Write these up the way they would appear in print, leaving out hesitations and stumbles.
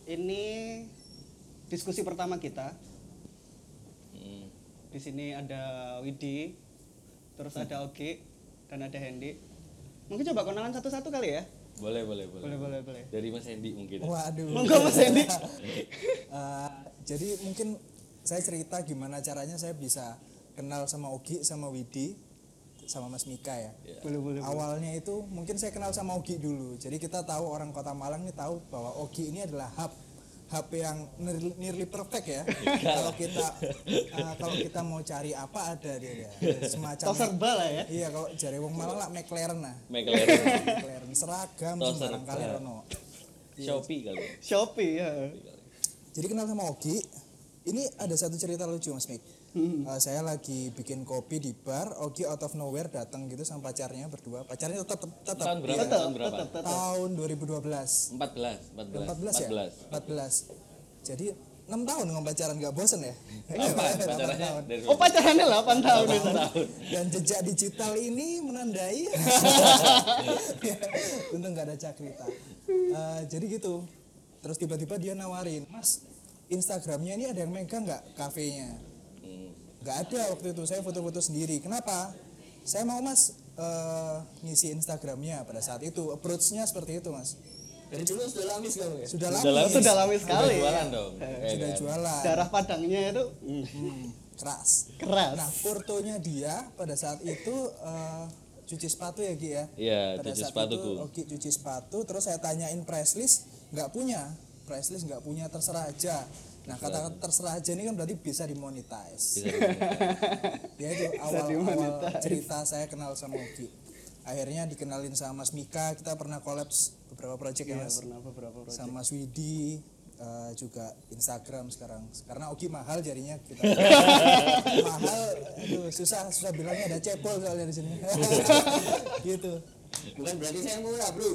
Ini diskusi pertama kita. Di sini ada Widi, terus ada Ogi, dan ada Hendy. Mungkin coba kenalan satu-satu kali ya? Boleh. Dari Mas Hendy mungkin. Waduh. Monggo Mas Hendy. Jadi mungkin saya cerita gimana caranya saya bisa kenal sama Ogi, sama Widi, sama Mas Mika ya. Boleh. Awalnya itu mungkin saya kenal sama Ogi dulu. Jadi kita tahu orang Kota Malang ini tahu bahwa Ogi ini adalah hub yang nearly perfect ya. Kalau kita mau cari apa ada dia. Semacam serba lah ya. Iya, kalau cari wong Malang lah McLaren lah. McLaren. Seragam sembarang kali ono. Shopee ya. Jadi kenal sama Ogi. Ini ada satu cerita lucu Mas Mik. Saya lagi bikin kopi di bar, Ogi out of nowhere datang gitu sama pacarnya berdua. Pacarnya tetap Tahun berapa? Tahun 2012. 14 ya? 14. Jadi 6 tahun ngomong pacaran gak bosen ya? Pacarannya 8 tahun. Dan jejak digital ini menandai untung gak ada cakrita. Jadi gitu. Terus tiba-tiba dia nawarin, Mas, Instagramnya ini ada yang megang gak kafenya? Gak ada waktu itu, saya foto-foto sendiri. Kenapa? Saya mau Mas ngisi Instagramnya pada saat itu. Approach-nya seperti itu Mas. Dari dulu sudah lamis kamu ya? Sudah lamis sekali. Sudah jualan dong. Sudah jualan. Darah padangnya itu keras. Nah, fotonya dia pada saat itu cuci sepatu ya Ki ya? Iya, pada cuci saat sepatuku. itu Oki cuci sepatu, terus saya tanyain price list, nggak punya, terserah aja. Nah, kata terserah aja ini kan berarti bisa dimonetize. Ya itu awal cerita saya kenal sama Ogi. Akhirnya dikenalin sama Mas Mika, kita pernah collabs beberapa project ya Mas. Pernah beberapa project. Sama Mas Widi, juga Instagram sekarang. Karena Ogi mahal jadinya kita. Mahal, aduh susah bilangnya ada cepol soalnya di sini. Gitu. Bukan berarti saya murah, Bro.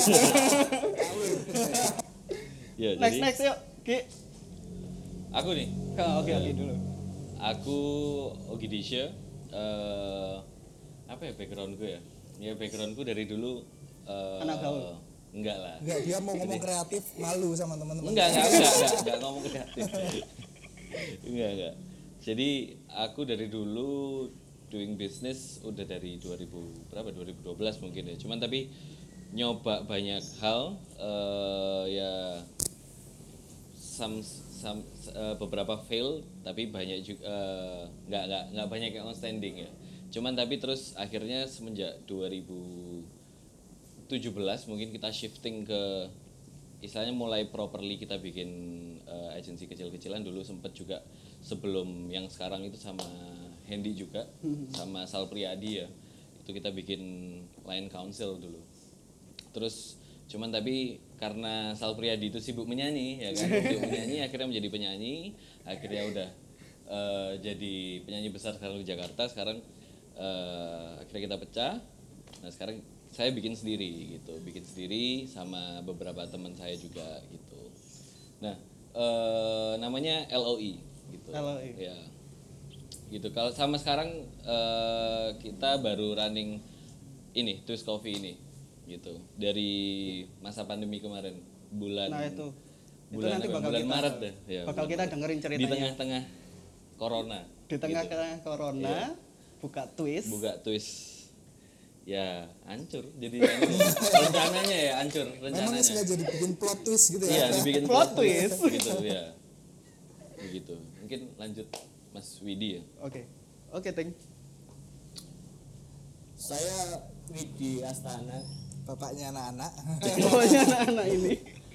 Ya, next yuk, Ki. Aku nih. Oke dulu. Aku Ogi Disha. Apa ya backgroundku ya? Ya backgroundku dari dulu anak gaul. Enggak lah. Enggak, dia mau ngomong kreatif malu sama teman-teman. Enggak ngomong kreatif. Enggak. Jadi aku dari dulu doing business udah dari 2012 mungkin ya. Cuman tapi nyoba banyak hal ya beberapa fail tapi banyak juga nggak banyak yang outstanding ya. Cuman tapi terus akhirnya semenjak 2017 mungkin kita shifting ke istilahnya mulai properly kita bikin agensi kecil-kecilan. Dulu sempat juga sebelum yang sekarang itu sama Hendy juga sama Sal Priadi ya, itu kita bikin Line Council dulu. Terus cuman tapi karena Sal Priadi itu sibuk menyanyi ya kan, akhirnya menjadi penyanyi, akhirnya udah jadi penyanyi besar sekarang di Jakarta. Sekarang akhirnya kita pecah. Nah sekarang saya bikin sendiri sama beberapa teman saya juga gitu. Nah namanya LOE gitu. LOE. Ya gitu. Kalau sama sekarang kita baru running ini Twist Coffee ini gitu dari masa pandemi kemarin bulan nanti bulan Maret deh ya, bakal kita dengerin ceritanya di tengah-tengah corona corona. buka twist ya hancur jadi rencananya ya hancur Memangnya sengaja dibikin plot twist gitu ya? Iya, dibikin plot twist gitu ya. Begitu. Mungkin lanjut Mas Widi ya. Oke, Ting. Saya Widi Astana. Bapaknya anak-anak. Bapaknya anak-anak ini.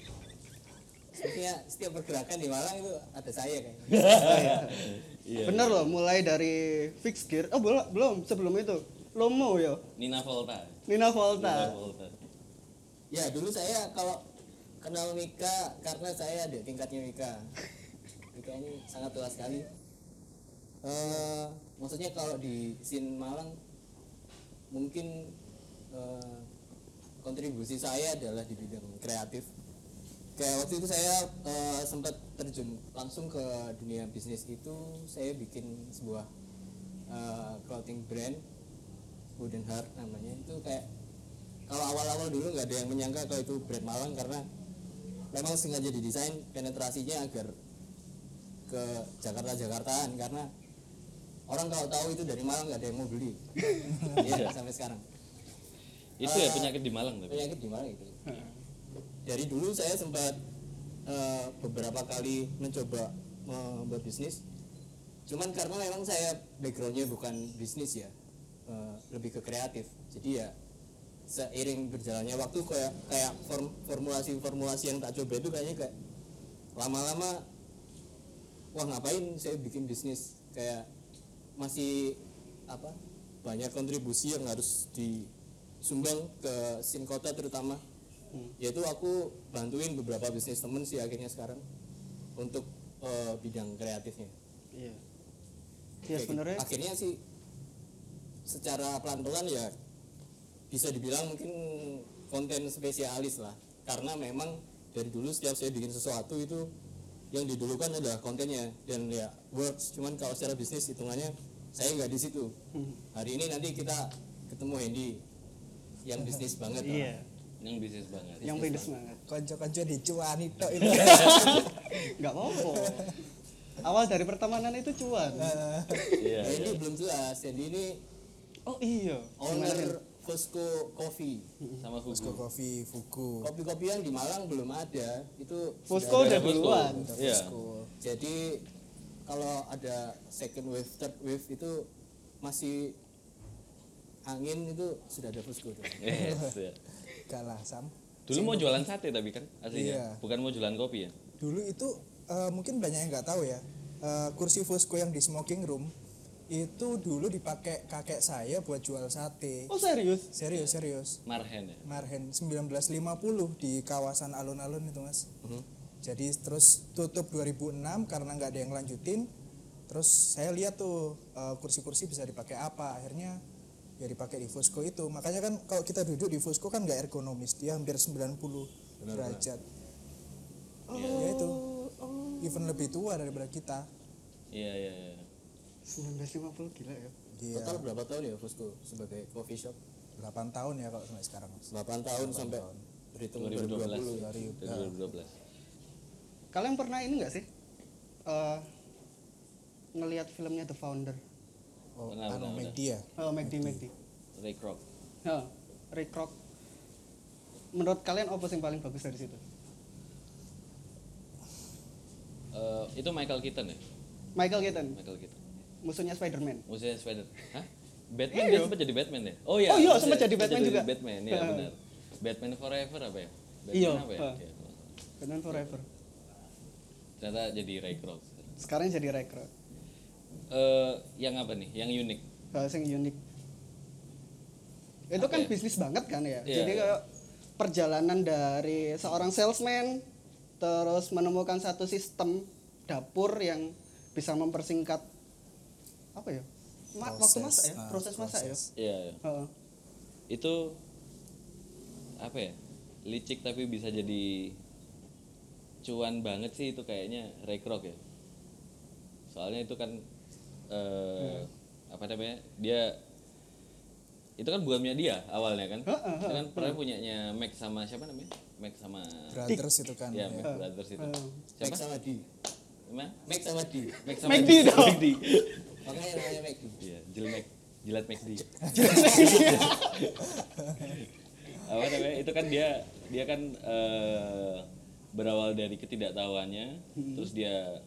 Setiap pergerakan di Malang itu ada saya kayaknya. Iya. Bener loh, mulai dari fix gear. Oh, belum sebelum itu. Lomo ya. Nina Volta. Ya, dulu saya kalau kenal Mika karena saya di tingkatnya Mika. Mika ini sangat tua sekali. Maksudnya kalau di scene Malang mungkin kontribusi saya adalah di bidang kreatif. Kayak waktu itu saya sempat terjun langsung ke dunia bisnis itu. Saya bikin sebuah clothing brand Wooden Heart namanya. Itu kayak kalau awal-awal dulu nggak ada yang menyangka kalau itu brand Malang karena memang sengaja didesain penetrasinya agar ke Jakarta-Jakartaan, karena orang kalau tahu itu dari Malang nggak ada yang mau beli. Iya, sampai sekarang. Itu ya penyakit di Malang tapi. Penyakit di Malang itu. Dari dulu saya sempat beberapa kali mencoba membuat bisnis. Cuman karena memang saya backgroundnya bukan bisnis ya, lebih ke kreatif. Jadi ya seiring berjalannya waktu kayak formulasi yang tak coba itu kayaknya kayak lama-lama, wah ngapain saya bikin bisnis, kayak masih banyak kontribusi yang harus disumbang ke SIM kota terutama. Yaitu aku bantuin beberapa bisnis temen sih akhirnya sekarang untuk bidang kreatifnya. Iya. Ya sebenarnya Akhirnya sih secara pelan-pelan ya bisa dibilang mungkin konten spesialis lah, karena memang dari dulu setiap saya bikin sesuatu itu yang didulukan adalah kontennya dan ya works. Cuman kalau secara bisnis hitungannya saya nggak di situ. Hari ini nanti kita ketemu Hendy yang bisnis banget. iya, Yang bisnis banget. yang pedes banget. Konco-konco dicuani tok itu. Nggak apa-apa. Awal dari pertemanan itu cuan. Iya. Hendy belum jelas. Hendy ini Oh iya. owner Fusco Coffee. Sama Fusco Hugo. Coffee, Fuku. Kopi-kopian di Malang belum ada. Itu Fusco udah Fusco. duluan. Iya. Fusco. Jadi kalau ada second wave, third wave itu masih angin itu sudah ada Fusco tuh. Yes, ya. Kalah Sam. Dulu mau jualan sate tapi kan aslinya, Iya. bukan mau jualan kopi ya. Dulu itu mungkin banyak yang nggak tahu ya. Kursi Fusco yang di smoking room itu dulu dipakai kakek saya buat jual sate. Oh serius? Serius. Marhen ya. Marhen 1950 di kawasan alun-alun itu Mas. Jadi terus tutup 2006 karena nggak ada yang lanjutin. Terus saya lihat tuh kursi-kursi bisa dipakai apa. Akhirnya ya dipakai di Fusco itu. Makanya kan kalau kita duduk di Fusco kan nggak ergonomis, dia hampir 90 derajat. Ya itu. Even lebih tua daripada kita. Iya. 1950 gila ya. Dia Total berapa tahun ya Fusco sebagai coffee shop? 8 tahun ya kalau sampai sekarang Mas. 8 tahun sampai berhitung 2012. 2020. 2012. Kalian pernah ini nggak sih? Ngelihat filmnya The Founder. Oh, Benar. McD ya. Oh, McD. Ray Kroc. Ray Kroc. Menurut kalian apa yang paling bagus dari situ? Itu Michael Keaton ya? Michael Keaton, Michael Keaton. musuhnya Spider-Man. Musuhnya Spider. Hah? Batman Iya. dia sempat jadi Batman ya? Oh iya. Oh iya, maksudnya sempat jadi Batman jadi juga. Batman, iya benar. Batman Forever apa ya? Batman Iya, apa ya? Iya. Batman Forever. Ternyata jadi Ray Kroc. Sekarang jadi Ray Kroc. Yang apa nih? Yang unik. Bahasa yang unik. Itu kan ya? bisnis banget kan ya. Iya, Jadi iya. kayak perjalanan dari seorang salesman terus menemukan satu sistem dapur yang bisa mempersingkat apa ya? Waktu masak ya, proses masak ya. Iya. Heeh. Itu apa ya? Licik tapi bisa jadi cuan banget sih itu kayaknya Ray Kroc ya. Soalnya itu kan apa namanya? Dia itu kan buamnya dia awalnya kan. Itu kan pernah punyanya Mac sama siapa namanya? Mac sama Brothers itu kan. ya, ya. Mac Brothers itu. Mac Siapa? sama D. Emang? Mac sama D. Mac sama McD dong. McD. Makanya namanya Mac D. Iya, jilat McD. Apa namanya? Itu kan dia kan berawal dari ketidaktahuannya, terus dia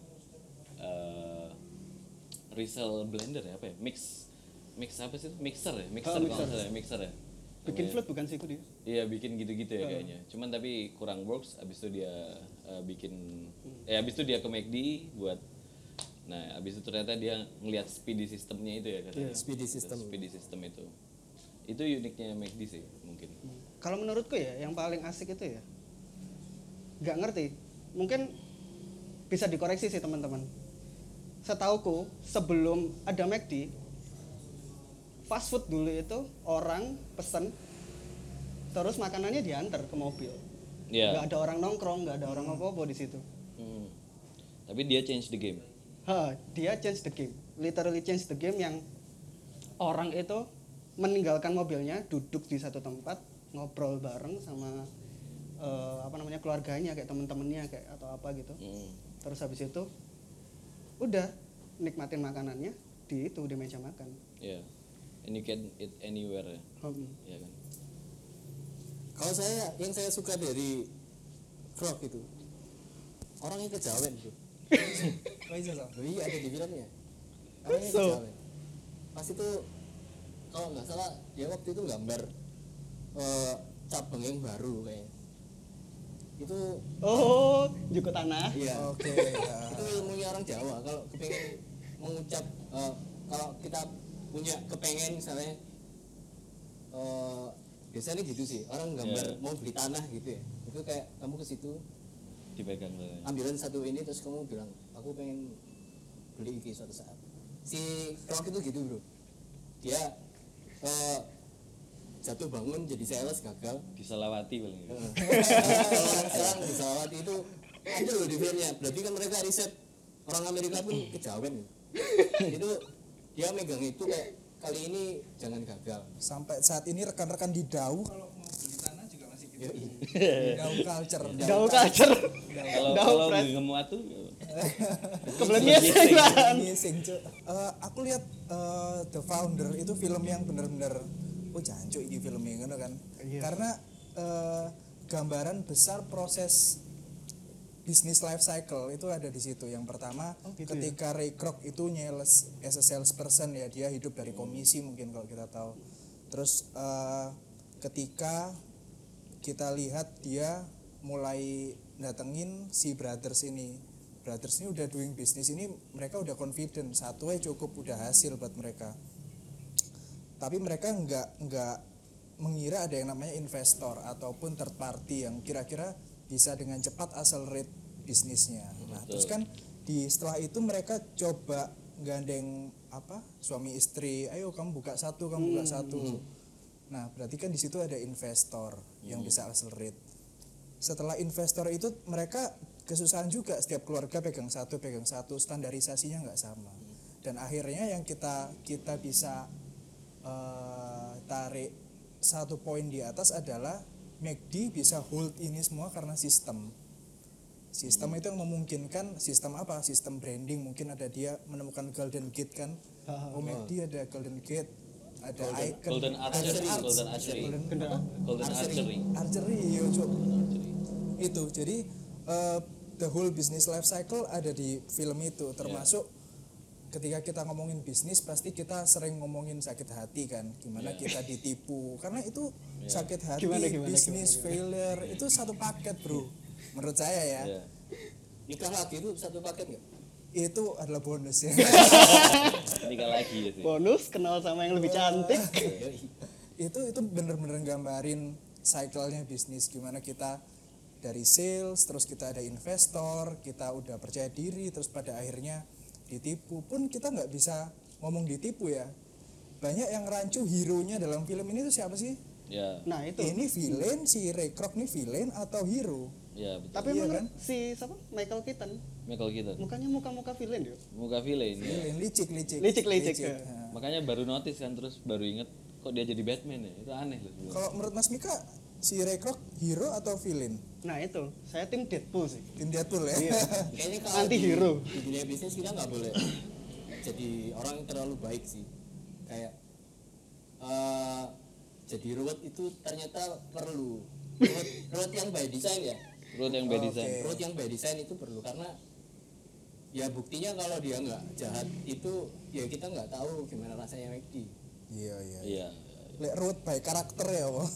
resell blender ya apa ya? Mix apa sih? Mixer ya? Mixer kalau nggak salah ya, mixer ya. Bikin Namanya. float bukan sih itu dia. Iya, bikin gitu-gitu ya kayaknya. Cuman tapi kurang works, abis itu dia abis itu dia ke McD buat. Nah, abis itu ternyata dia ngelihat speedy systemnya itu ya katanya. Speedy system. Speedy system itu. Itu uniknya McD sih mungkin. Kalau menurutku ya yang paling asik itu ya nggak ngerti, mungkin bisa dikoreksi sih teman-teman. Setauku sebelum ada McD, fast food dulu itu orang pesen terus makanannya diantar ke mobil. Iya. Nggak ada orang nongkrong, nggak ada orang apa-apa di situ. Tapi dia change the game. Dia change the game, literally change the game yang orang itu meninggalkan mobilnya, duduk di satu tempat, ngobrol bareng sama keluarganya, kayak temen-temennya kayak atau apa gitu. Terus habis itu udah nikmatin makanannya di meja makan. Yeah. And you can eat anywhere ya. Iya kan. Kalau yang saya suka dari Krok itu orangnya kejawen tuh. Oh iya so. Iya ada di filmnya. Orangnya So. kejawen. Pas itu kalau nggak salah dia waktu itu gambar cabang yang baru kayak. Itu Oh, Juku Tanah. iya. Oke. Itu ilmunya orang Jawa. Kalau kepengen mengucap kalau kita punya kepengen misalnya biasanya gitu sih orang gambar mau beli tanah gitu ya, itu kayak kamu ke situ Dipegang katanya. ambilin satu ini terus kamu bilang aku pengen beli ini suatu saat. Si Krok itu gitu bro, dia jatuh bangun jadi sales gagal. Diselawati paling. Sekarang di Salawati itu ada loh di filmnya, berarti kan mereka riset orang Amerika pun kejawen itu dia megang itu kayak kali ini jangan gagal. Sampai saat ini rekan-rekan di Dau kalau mau beli tanah juga masih gitu. Yoi. Dau culture. Dau culture. Kalau Fred. gemuk tuh Kebelet ngeseng kan. Amazing, Cuk. Aku lihat The Founder itu film yang bener-bener jancuk ini filmnya ngono kan. Iya. Karena gambaran besar proses bisnis life cycle itu ada di situ. Yang pertama gitu ketika Ray Kroc itu nyales as a salesperson ya, dia hidup dari komisi mungkin kalau kita tahu. Terus ketika kita lihat dia mulai datengin si Brothers ini udah doing bisnis ini, mereka udah confident satu aja cukup, udah hasil buat mereka. Tapi mereka nggak mengira ada yang namanya investor ataupun third party yang kira-kira bisa dengan cepat accelerate bisnisnya. Nah, terus kan setelah itu mereka coba gandeng suami istri, ayo kamu buka satu. Nah, berarti kan di situ ada investor yang bisa accelerate. Setelah investor itu mereka kesusahan juga, setiap keluarga pegang satu, standarisasinya nggak sama. Dan akhirnya yang kita bisa tarik satu poin di atas adalah McD bisa hold ini semua karena sistem itu yang memungkinkan. Sistem apa? Sistem branding. Mungkin ada dia menemukan Golden Gate kan. McD ada Golden Gate, ada Icon, Golden Archery. Archery, yo, Cuk. Itu jadi the whole business life cycle ada di film itu, termasuk ketika kita ngomongin bisnis pasti kita sering ngomongin sakit hati kan, gimana kita ditipu, karena itu sakit hati, bisnis failure itu satu paket bro, menurut saya ya. Nikah lagi itu satu paket nggak? Itu adalah bonus ya. Nikah lagi gitu. Bonus kenal sama yang lebih cantik. itu bener-bener gambarin cycle-nya bisnis, gimana kita dari sales, terus kita ada investor, kita udah percaya diri, terus pada akhirnya ditipu. Pun kita nggak bisa ngomong ditipu ya, banyak yang rancu hero-nya dalam film ini tuh siapa sih? Ya. Nah, itu. Ini villain, si Ray Kroc nih villain atau hero? Ya, betul. Tapi Iya menurut kan? si siapa? Michael Keaton. Michael Keaton. Mukanya muka villain dia. Muka villain ya. Villain, licik. Licik. Nah. Makanya baru notice kan, terus baru inget kok dia jadi Batman ya. Itu aneh loh sebenarnya. Kalau menurut Mas Mika, si Ray Kroc hero atau villain? Nah, itu. Saya tim Deadpool sih. Tim Deadpool ya? Iya. Kayaknya kalau Anti-hero. di dunia bisnis kita nggak boleh jadi orang yang terlalu baik sih. Kayak jadi ruwet itu ternyata perlu. Ruwet yang by design ya. Road yang by design. Ruwet yang by design itu perlu karena ya buktinya kalau dia nggak jahat itu ya kita nggak tahu gimana rasanya McD. Iya. Iya. Lek root by karakter ya, Bang.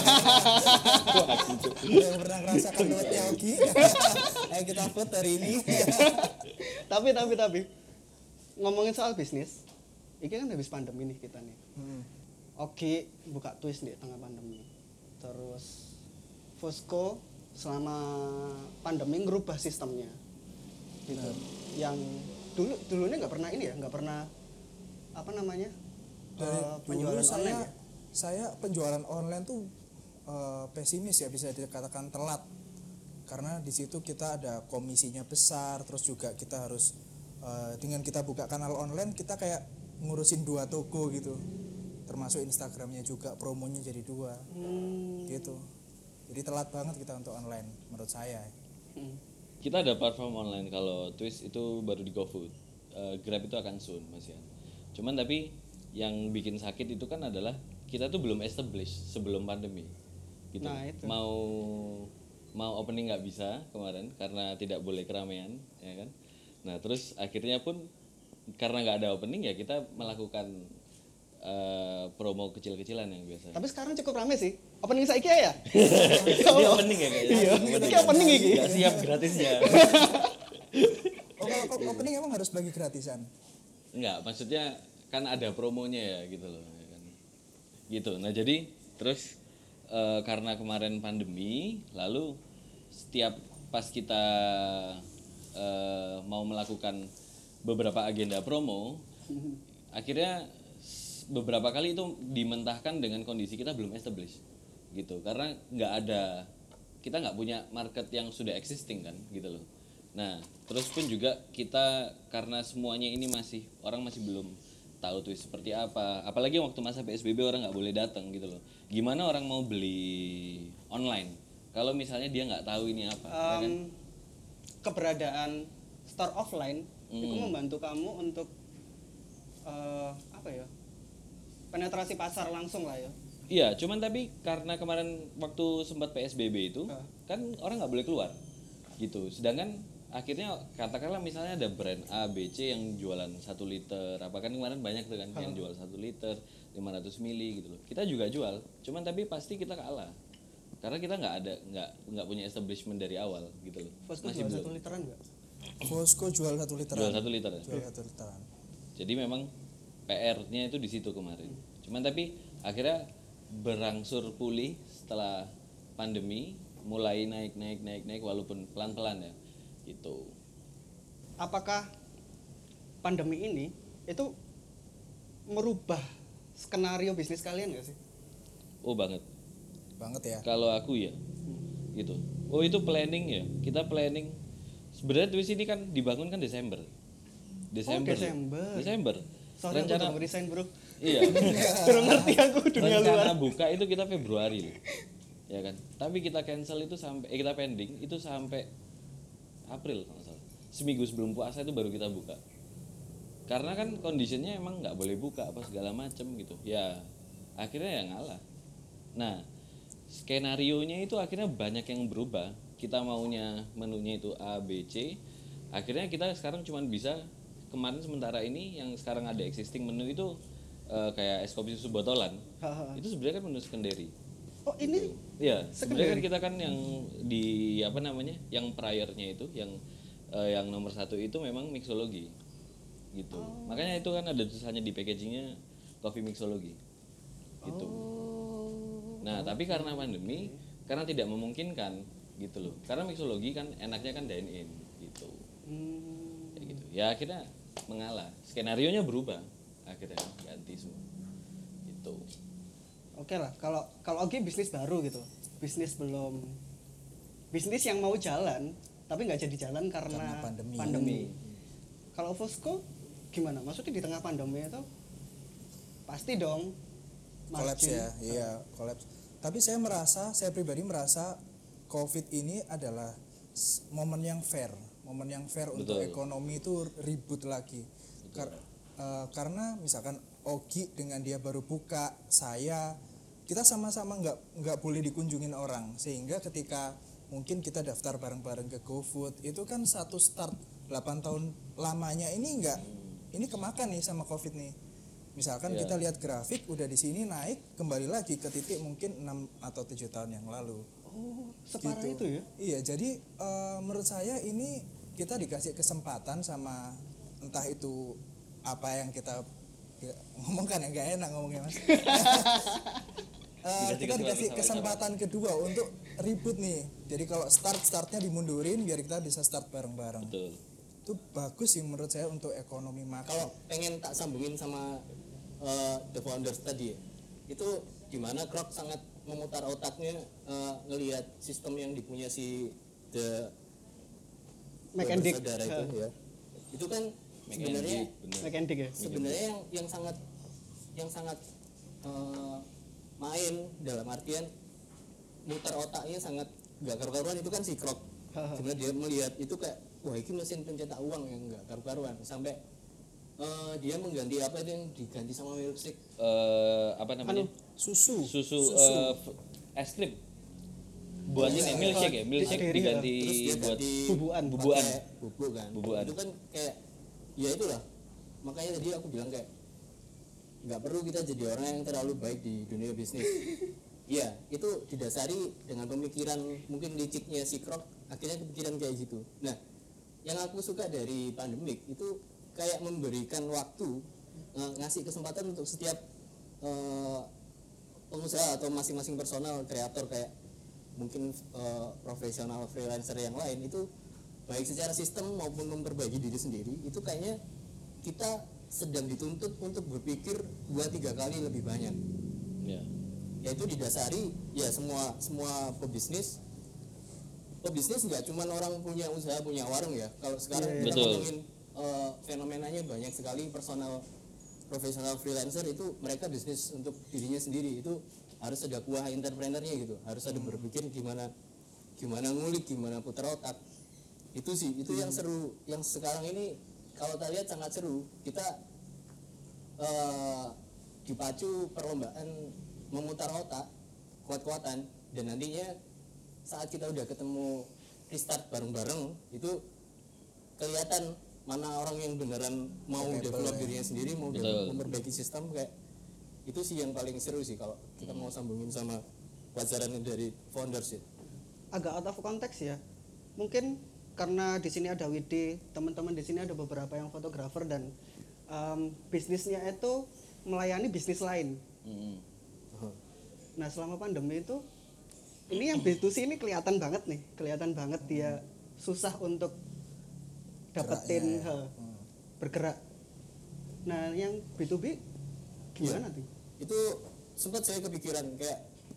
Yang pernah ngerasakan rootnya Ogi. Ayo kita vote hari ini. tapi ngomongin soal bisnis, ini kan habis pandemi nih kita nih. Oke, buka twist di tengah pandemi. Terus Fosco selama pandemi ngerubah sistemnya. Gitu. Yang dulunya nggak pernah ini ya, nggak pernah apa namanya? Penjualan dulu online ya. saya penjualan online tuh pesimis ya, bisa dikatakan telat. Karena di situ kita ada komisinya besar, terus juga kita harus dengan kita buka kanal online kita kayak ngurusin 2 toko gitu. Termasuk Instagramnya juga promonya jadi 2. Gitu. Jadi telat banget kita untuk online menurut saya. Kita ada platform online, kalau Twist itu baru di GoFood. Grab itu akan soon Mas Yan. Cuman tapi yang bikin sakit itu kan adalah kita tuh belum establish sebelum pandemi. Gitu. Nah, itu. Mau opening nggak bisa kemarin karena tidak boleh keramaian, ya kan. Nah terus akhirnya pun karena nggak ada opening ya kita melakukan promo kecil-kecilan yang biasa. Tapi sekarang cukup rame sih. Opening saiki ya? Ini opening ya kayaknya. Iya, ini opening iki. Nggak siap gratisnya. Oh kalau opening emang harus bagi gratisan? Enggak, maksudnya kan ada promonya ya gitu loh, ya kan. Gitu. Nah jadi terus karena kemarin pandemi, lalu setiap pas kita mau melakukan beberapa agenda promo, akhirnya beberapa kali itu dimentahkan dengan kondisi kita belum established gitu, karena kita nggak punya market yang sudah existing kan gitu loh. Nah terus pun juga kita karena semuanya ini orang masih belum tahu tuh seperti apa, apalagi waktu masa PSBB orang nggak boleh datang gitu loh. Gimana orang mau beli online kalau misalnya dia nggak tahu ini apa, ya kan? Keberadaan store offline itu membantu kamu untuk apa ya, penetrasi pasar langsung lah ya. Iya, cuman tapi karena kemarin waktu sempat PSBB itu kan orang nggak boleh keluar gitu, sedangkan akhirnya katakanlah misalnya ada brand A, B, C yang jualan 1 liter, apa kan kemarin banyak tuh kan yang jual 1 liter 500 mili gitu loh. Kita juga jual, cuman tapi pasti kita kalah karena kita nggak punya establishment dari awal gitu loh. Fosco Masih jual belum. 1 literan nggak? Fosco jual 1 literan. Jual 1 liter. Jual 1 literan. Jadi memang PR-nya itu di situ kemarin. Cuman tapi akhirnya berangsur pulih setelah pandemi, mulai naik walaupun pelan-pelan ya. Gitu. Apakah pandemi ini itu merubah skenario bisnis kalian nggak sih? Oh banget. Banget ya. Kalau aku ya, gitu. Oh itu planning ya. Kita planning. Sebenarnya Twist ini kan dibangun kan Desember. Desember. Sorry aku belum resign bro. Iya. Belum ngerti aku dunia Rencana luar. buka itu kita Februari loh. Ya kan. Tapi kita cancel itu sampai kita pending itu sampai April kalau nggak salah. Seminggu sebelum puasa itu baru kita buka. Karena kan kondisinya emang nggak boleh buka apa segala macem gitu. Ya akhirnya ya ngalah. Nah skenarionya itu akhirnya banyak yang berubah. Kita maunya menunya itu A, B, C. Akhirnya kita sekarang cuma bisa kemarin sementara ini yang sekarang ada existing menu itu kayak es kopi susu botolan. Itu sebenarnya kan menu secondary. Oh ini Iya, sebenarnya kan kita kan yang di apa namanya, yang priornya itu, yang nomor 1 itu memang mixology, gitu. Makanya itu kan ada tulisannya di packagingnya coffee mixology, gitu. Nah tapi karena pandemi, karena tidak memungkinkan, gitu loh. Karena mixology kan enaknya kan dine in, gitu. Kayak gitu. Ya akhirnya mengalah. Skenarionya berubah, akhirnya ganti semua, gitu. Oke lah, kalau Ogi bisnis baru gitu, bisnis yang mau jalan tapi nggak jadi jalan karena pandemi. Kalau Fosco gimana? Maksudnya di tengah pandemi itu pasti dong Kolaps ya, iya kolaps. Tapi saya pribadi merasa COVID ini adalah momen yang fair untuk ekonomi itu ribut lagi. Karena misalkan Ogi dengan dia baru buka, kita sama-sama nggak boleh dikunjungin orang, sehingga ketika mungkin kita daftar bareng-bareng ke GoFood itu kan satu start 8 tahun lamanya ini kemakan nih sama COVID nih. Misalkan kita lihat grafik udah di sini naik kembali lagi ke titik mungkin 6 atau 7 tahun yang lalu. Oh, separah gitu. itu ya? Iya, jadi menurut saya ini kita dikasih kesempatan sama entah itu apa yang kita ngomongkan, yang gak enak ngomongnya mas. Kita dikasih kesempatan kedua untuk ribut nih. Jadi kalau startnya dimundurin biar kita bisa start bareng-bareng. Betul. Itu bagus sih menurut saya untuk ekonomi makan. Kalau pengen tak sambungin sama the founders tadi ya, itu gimana Krok sangat memutar otaknya ngelihat sistem yang dipunya si the Mekendik saudara itu ya. Itu kan sebenarnya Mekendik ya. sebenarnya yang sangat main dalam artian muter otaknya sangat nggak karu-karuan itu kan si Krok. Dimana dia melihat itu kayak wah ini mesin pencetak uang yang nggak karu-karuan sampai dia mengganti apa itu yang diganti sama milkshake Apa namanya? Susu. Es krim. Buat ini milkshake ya, milkshake Diri, diganti terus dia buat ganti bubuan. pakai bubuk kan. Bubuan. Itu kan kayak ya itulah makanya tadi aku bilang kayak nggak perlu kita jadi orang yang terlalu baik di dunia bisnis. Iya, itu didasari dengan pemikiran mungkin liciknya si Krok, akhirnya kepikiran kayak gitu. Nah, yang aku suka dari pandemik itu kayak memberikan waktu, ngasih kesempatan untuk setiap pengusaha atau masing-masing personal kreator kayak mungkin profesional freelancer yang lain itu baik secara sistem maupun memperbaiki diri sendiri itu kayaknya kita sedang dituntut untuk berpikir 2-3 kali lebih banyak. Ya. Yaitu didasari ya semua pebisnis nggak cuma orang punya usaha punya warung ya. Kalau sekarang kita Betul. ngomongin fenomenanya banyak sekali profesional freelancer itu mereka bisnis untuk dirinya sendiri itu harus ada kuah entrepreneurnya gitu, harus ada berpikir gimana ngulik, gimana putar otak. Itu sih itu yang seru, yang sekarang ini kalau kita lihat sangat seru. Kita dipacu perlombaan memutar otak kuat-kuatan dan nantinya saat kita udah ketemu restart bareng-bareng itu kelihatan mana orang yang beneran mau develop dirinya sendiri, mau memperbaiki sistem kayak itu sih yang paling seru sih kalau kita mau sambungin sama pelajaran dari founders ya. Agak out of context ya. Mungkin karena di sini ada Widi, teman-teman di sini ada beberapa yang fotografer dan bisnisnya itu melayani bisnis lain. Nah selama pandemi itu ini yang B2C ini kelihatan banget dia susah untuk dapetin bergerak. Nah yang B2B gimana tuh? Itu sempat saya kepikiran kayak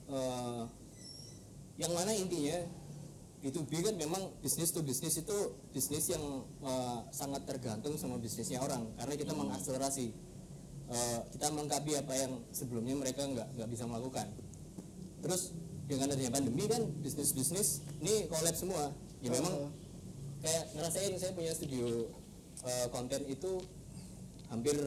yang mana intinya B2B kan memang bisnis to bisnis itu bisnis yang sangat tergantung sama bisnisnya orang karena kita mengakselerasi kita melengkapi apa yang sebelumnya mereka nggak bisa melakukan. Terus dengan adanya pandemi kan bisnis ini collab semua ya memang kayak ngerasain saya punya studio konten itu hampir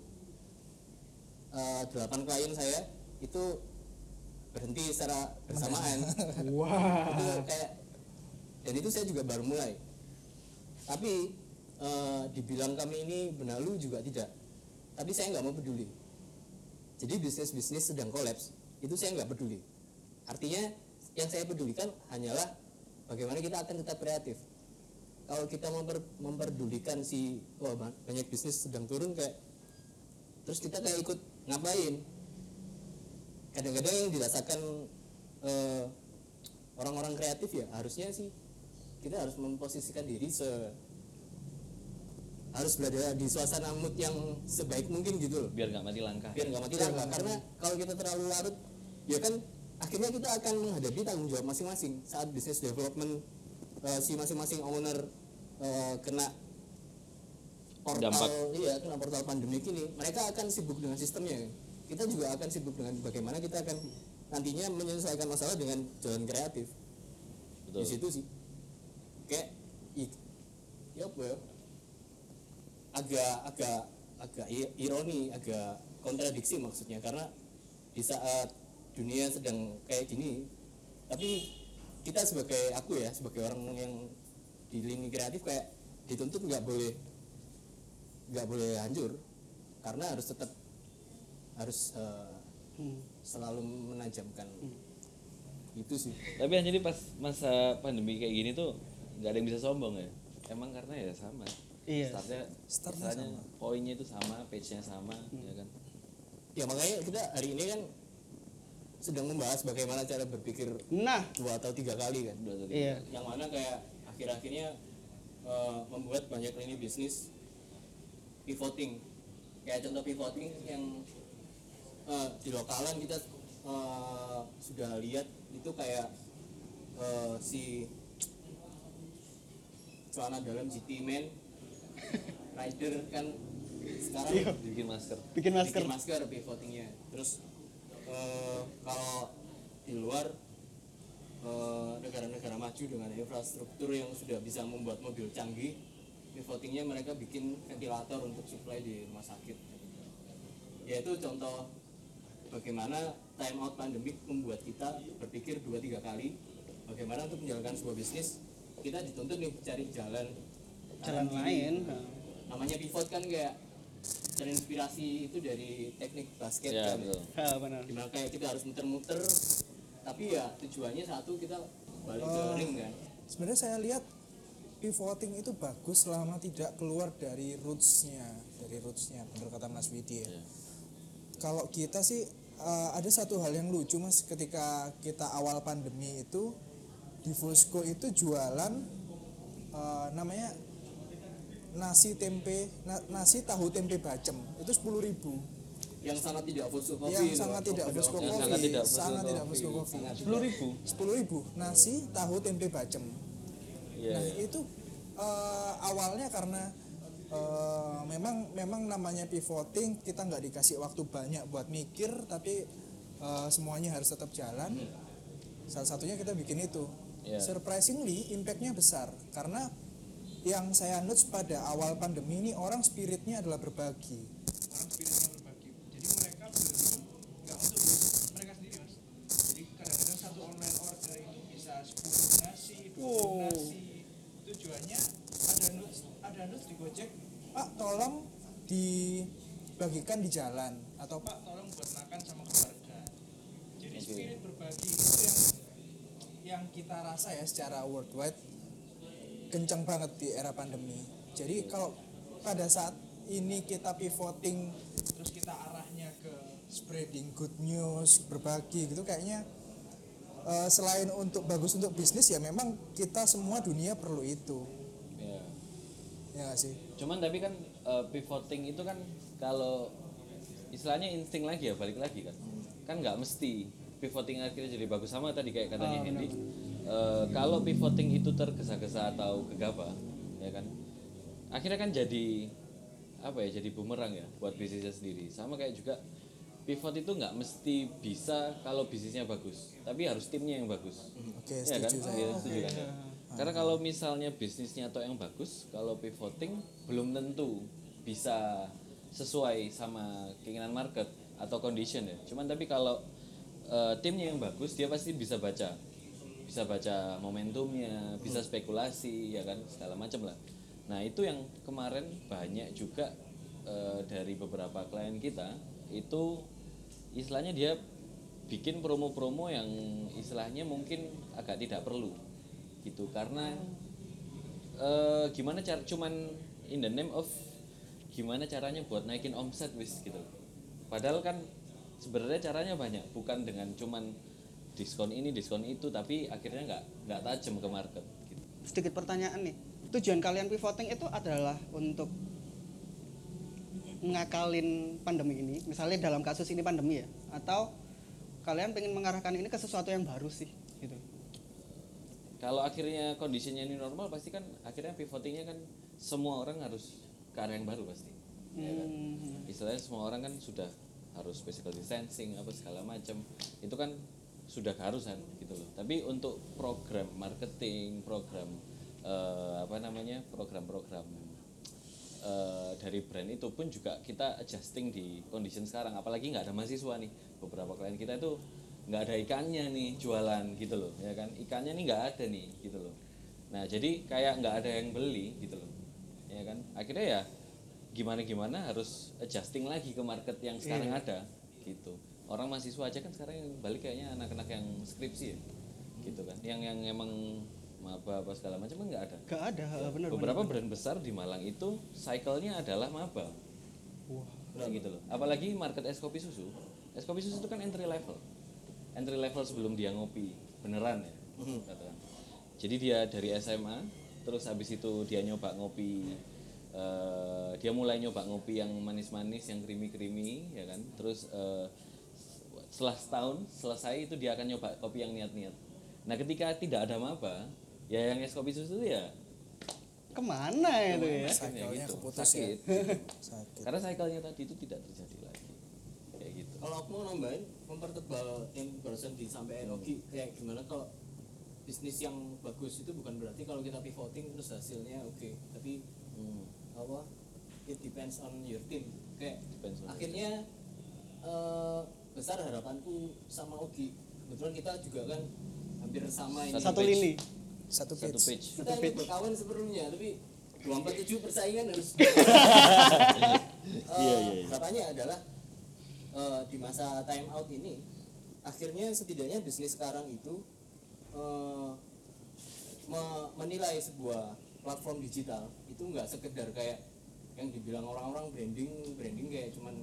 8 klien saya itu berhenti secara bersamaan. Wah. Itu kayak dan itu saya juga baru mulai. Tapi dibilang kami ini benalu juga tidak. Tapi saya nggak mau peduli. Jadi bisnis sedang kolaps itu saya nggak peduli. Artinya yang saya pedulikan hanyalah bagaimana kita akan tetap kreatif. Kalau kita memperdulikan banyak bisnis sedang turun kayak terus kita kayak ikut ngapain? Kadang-kadang yang dirasakan orang-orang kreatif ya harusnya sih kita harus memposisikan diri harus berada di suasana mood yang sebaik mungkin gitu loh. Biar nggak mati langkah. Karena kalau kita terlalu larut ya kan akhirnya kita akan menghadapi tanggung jawab masing-masing saat business development si masing-masing owner kena portal pandemik ini, mereka akan sibuk dengan sistemnya. Kita juga akan sibuk dengan bagaimana kita akan nantinya menyelesaikan masalah dengan jalan kreatif. Betul. Di situ sih kayak agak ironi, agak kontradiksi maksudnya karena di saat dunia sedang kayak gini tapi kita sebagai orang yang di lini kreatif kayak dituntut nggak boleh hancur karena harus selalu menajamkan itu sih. Tapi jadi pas masa pandemi kayak gini tuh nggak ada yang bisa sombong ya. Emang karena ya sama. Iya. Startnya poinnya itu sama, page-nya sama, ya kan. Ya makanya kita hari ini kan sedang membahas bagaimana cara berpikir 2 atau 3 kali kan. Iya. Yang mana kayak akhir-akhirnya membuat banyak lini bisnis pivoting. Kayak contoh pivoting yang di lokalan kita sudah lihat itu kayak si celana dalam GT Man Rider kan sekarang bikin masker. pivotingnya. Terus kalau di luar negara-negara maju dengan infrastruktur yang sudah bisa membuat mobil canggih, pivotingnya mereka bikin ventilator untuk supply di rumah sakit. Yaitu contoh bagaimana time out pandemik membuat kita berpikir 2-3 kali bagaimana untuk menjalankan sebuah bisnis. Kita dituntut nih cari jalan lain. Namanya pivot kan kayak terinspirasi itu dari teknik basket Ya, kan. betul. Benar. Dimana kayak kita harus muter-muter, tapi ya tujuannya satu, kita balik ke ring kan. Sebenarnya saya lihat pivoting itu bagus selama tidak keluar dari rootsnya, benar kata Mas Widi ya. Kalau kita sih ada satu hal yang lucu Mas, ketika kita awal pandemi itu di Fosco itu jualan namanya nasi tahu tempe bacem itu 10.000. Yang sangat tidak Fosco Coffee Yang itu, sangat tidak Fosco Yang Coffee, sangat tidak sangat Fosco tidak Fosco Coffee. Coffee. 10.000 nasi tahu tempe bacem. Iya, Nah iya. itu awalnya karena memang namanya pivoting, kita nggak dikasih waktu banyak buat mikir, tapi semuanya harus tetap jalan. Salah satunya kita bikin itu. Yeah. Surprisingly impactnya besar karena yang saya notes pada awal pandemi ini orang spiritnya adalah berbagi. Jadi mereka beli nggak untuk diri mereka sendiri mas. Jadi kadang-kadang satu online order itu bisa 10 nasi, 20 nasi. Tujuannya ada notes di Gojek, Pak tolong dibagikan di jalan atau Pak tolong buat makan sama keluarga. Jadi Oke. spirit berbagi itu yang kita rasa ya secara worldwide kencang banget di era pandemi. Jadi kalau pada saat ini kita pivoting terus kita arahnya ke spreading good news, berbagi gitu, kayaknya selain untuk bagus untuk bisnis ya memang kita semua dunia perlu itu. Iya. Ya nggak sih? Cuman tapi kan pivoting itu kan kalau istilahnya insting lagi ya, balik lagi kan nggak mesti pivoting akhirnya jadi bagus, sama tadi kayak katanya Hendy. Kalau pivoting itu tergesa-gesa atau gegabah ya kan, akhirnya kan jadi apa ya, jadi bumerang ya buat bisnisnya sendiri. Sama kayak juga pivot itu nggak mesti bisa kalau bisnisnya bagus, tapi harus timnya yang bagus. Oke, Ya kan? setuju saya. Iya, setuju kan? Karena kalau misalnya bisnisnya atau yang bagus, kalau pivoting belum tentu bisa sesuai sama keinginan market atau condition ya. Cuman tapi kalau timnya yang bagus, dia pasti bisa baca momentumnya, bisa spekulasi ya kan, segala macam lah. Nah itu yang kemarin banyak juga dari beberapa klien kita itu istilahnya dia bikin promo-promo yang istilahnya mungkin agak tidak perlu gitu, karena gimana cara, cuman in the name of gimana caranya buat naikin omset wis gitu. Padahal kan sebenarnya caranya banyak, bukan dengan cuman diskon ini diskon itu, tapi akhirnya nggak tajam ke market gitu. Sedikit pertanyaan nih, tujuan kalian pivoting itu adalah untuk ngakalin pandemi ini, misalnya dalam kasus ini pandemi ya, atau kalian pengen mengarahkan ini ke sesuatu yang baru sih gitu? Kalau akhirnya kondisinya ini normal, pasti kan akhirnya pivotingnya kan semua orang harus ke arah yang baru pasti ya kan? Istilahnya semua orang kan sudah harus physical distancing apa segala macam, itu kan sudah keharusan gitu loh. Tapi untuk program marketing, program program-program dari brand itu pun juga kita adjusting di condition sekarang. Apalagi nggak ada mahasiswa nih, beberapa klien kita itu nggak ada ikannya nih jualan gitu loh ya kan, ikannya nih nggak ada nih gitu loh. Nah jadi kayak nggak ada yang beli gitu loh ya kan, akhirnya ya gimana harus adjusting lagi ke market yang sekarang ada gitu. Orang mahasiswa aja kan sekarang yang balik kayaknya anak-anak yang skripsi ya gitu kan, yang emang maba apa segala macam kan nggak ada. Gak ada, bener. Beberapa brand besar di Malang itu cycle-nya adalah maba. Wah. Nah, gitu loh. Apalagi market es kopi susu. Es kopi susu itu kan entry level. Entry level sebelum dia ngopi beneran ya. Katakan. Jadi dia dari SMA, terus habis itu dia nyoba ngopi, dia mulai nyoba ngopi yang manis-manis, yang creamy-creamy ya kan. Terus setelah setahun selesai itu dia akan nyoba kopi yang niat-niat. Nah, ketika tidak ada maba, ya yang es kopi susu ya Kemana itu ya? Cycle-nya gitu. keputus ya. Sakit. Sakit. Karena cycle-nya tadi itu tidak terjadi lagi. Kayak gitu. Kalau aku mau nambahin, mempertebal yang barusan disampaikan Ogi, kayak gimana kalau bisnis yang bagus itu bukan berarti kalau kita pivoting terus hasilnya oke, tapi apa, it depends on your team. Kayak Depends on akhirnya besar harapanku sama Ogi, kebetulan kita juga kan hampir sama ini. Satu page. lini. Satu Satu page. page. Kita ini berkawan sebelumnya, tapi 247 persaingan harus. Iya. Harapannya adalah di masa time out ini, akhirnya setidaknya bisnis sekarang itu menilai sebuah platform digital itu nggak sekedar kayak yang dibilang orang-orang branding kayak cuman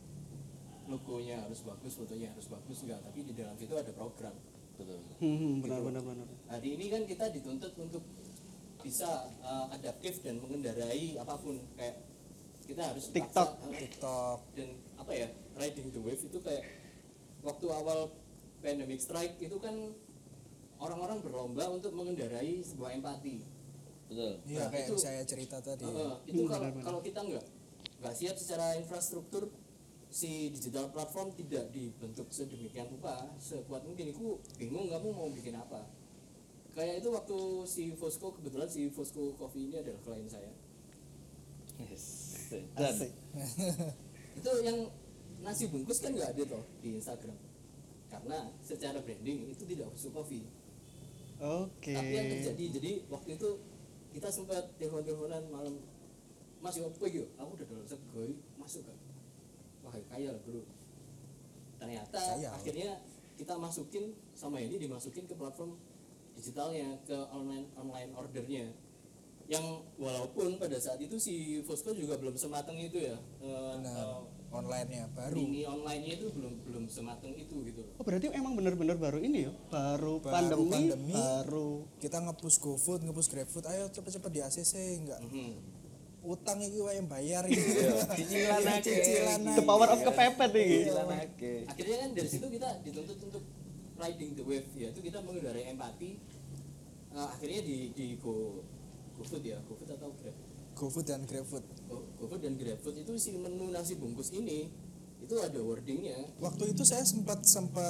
logonya harus bagus, fotonya harus bagus, enggak, tapi di dalam situ ada program. Betul. Benar. Hari ini kan kita dituntut untuk bisa adaptif dan mengendarai apapun, kayak kita harus TikTok. paksa, TikTok. dan apa ya, riding the wave itu kayak waktu awal pandemic strike itu kan orang-orang berlomba untuk mengendarai sebuah empati. Betul. Iya, Nah, kayak itu- saya cerita tadi. Itu kalau kita nggak siap secara infrastruktur, si digital platform tidak dibentuk sedemikian rupa, sekuat mungkin itu bingung kamu mau bikin apa. Kayak itu waktu si Fosco, kebetulan si Fosco Coffee ini adalah klien saya. Yes. Asik. Itu yang nasi bungkus kan nggak ada toh di Instagram, karena secara branding itu tidak Fosco Coffee. Oke. Tapi yang terjadi, jadi waktu itu kita sempat telepon-teleponan malam, Mas yo apa yo, aku udah dalam segoi masuk kan, wah kaya lah bro. Ternyata Kaya. akhirnya kita masukin sama ini, dimasukin ke platform digitalnya, ke online ordernya, yang walaupun pada saat itu si Fosco juga belum semateng itu ya, Benar. Online-nya baru. lini online-nya itu belum semateng itu gitu loh. Oh berarti emang bener-bener baru ini ya? Baru Baru pandemi, pandemi. baru Kita nge-push GoFood, nge-push GrabFood, ayo cepet-cepet di ACC, enggak utang iki wae yang bayar iki. cicilan aja. Cicilan The power of kepepet ini. Akhirnya kan dari situ kita dituntut untuk riding the wave, yaitu kita mengendarai empati. Akhirnya di GoFood ya, GoFood atau Grab, GoFood dan GrabFood. GoFood dan GrabFood itu si menu nasi bungkus ini itu ada wordingnya. Waktu itu saya sempat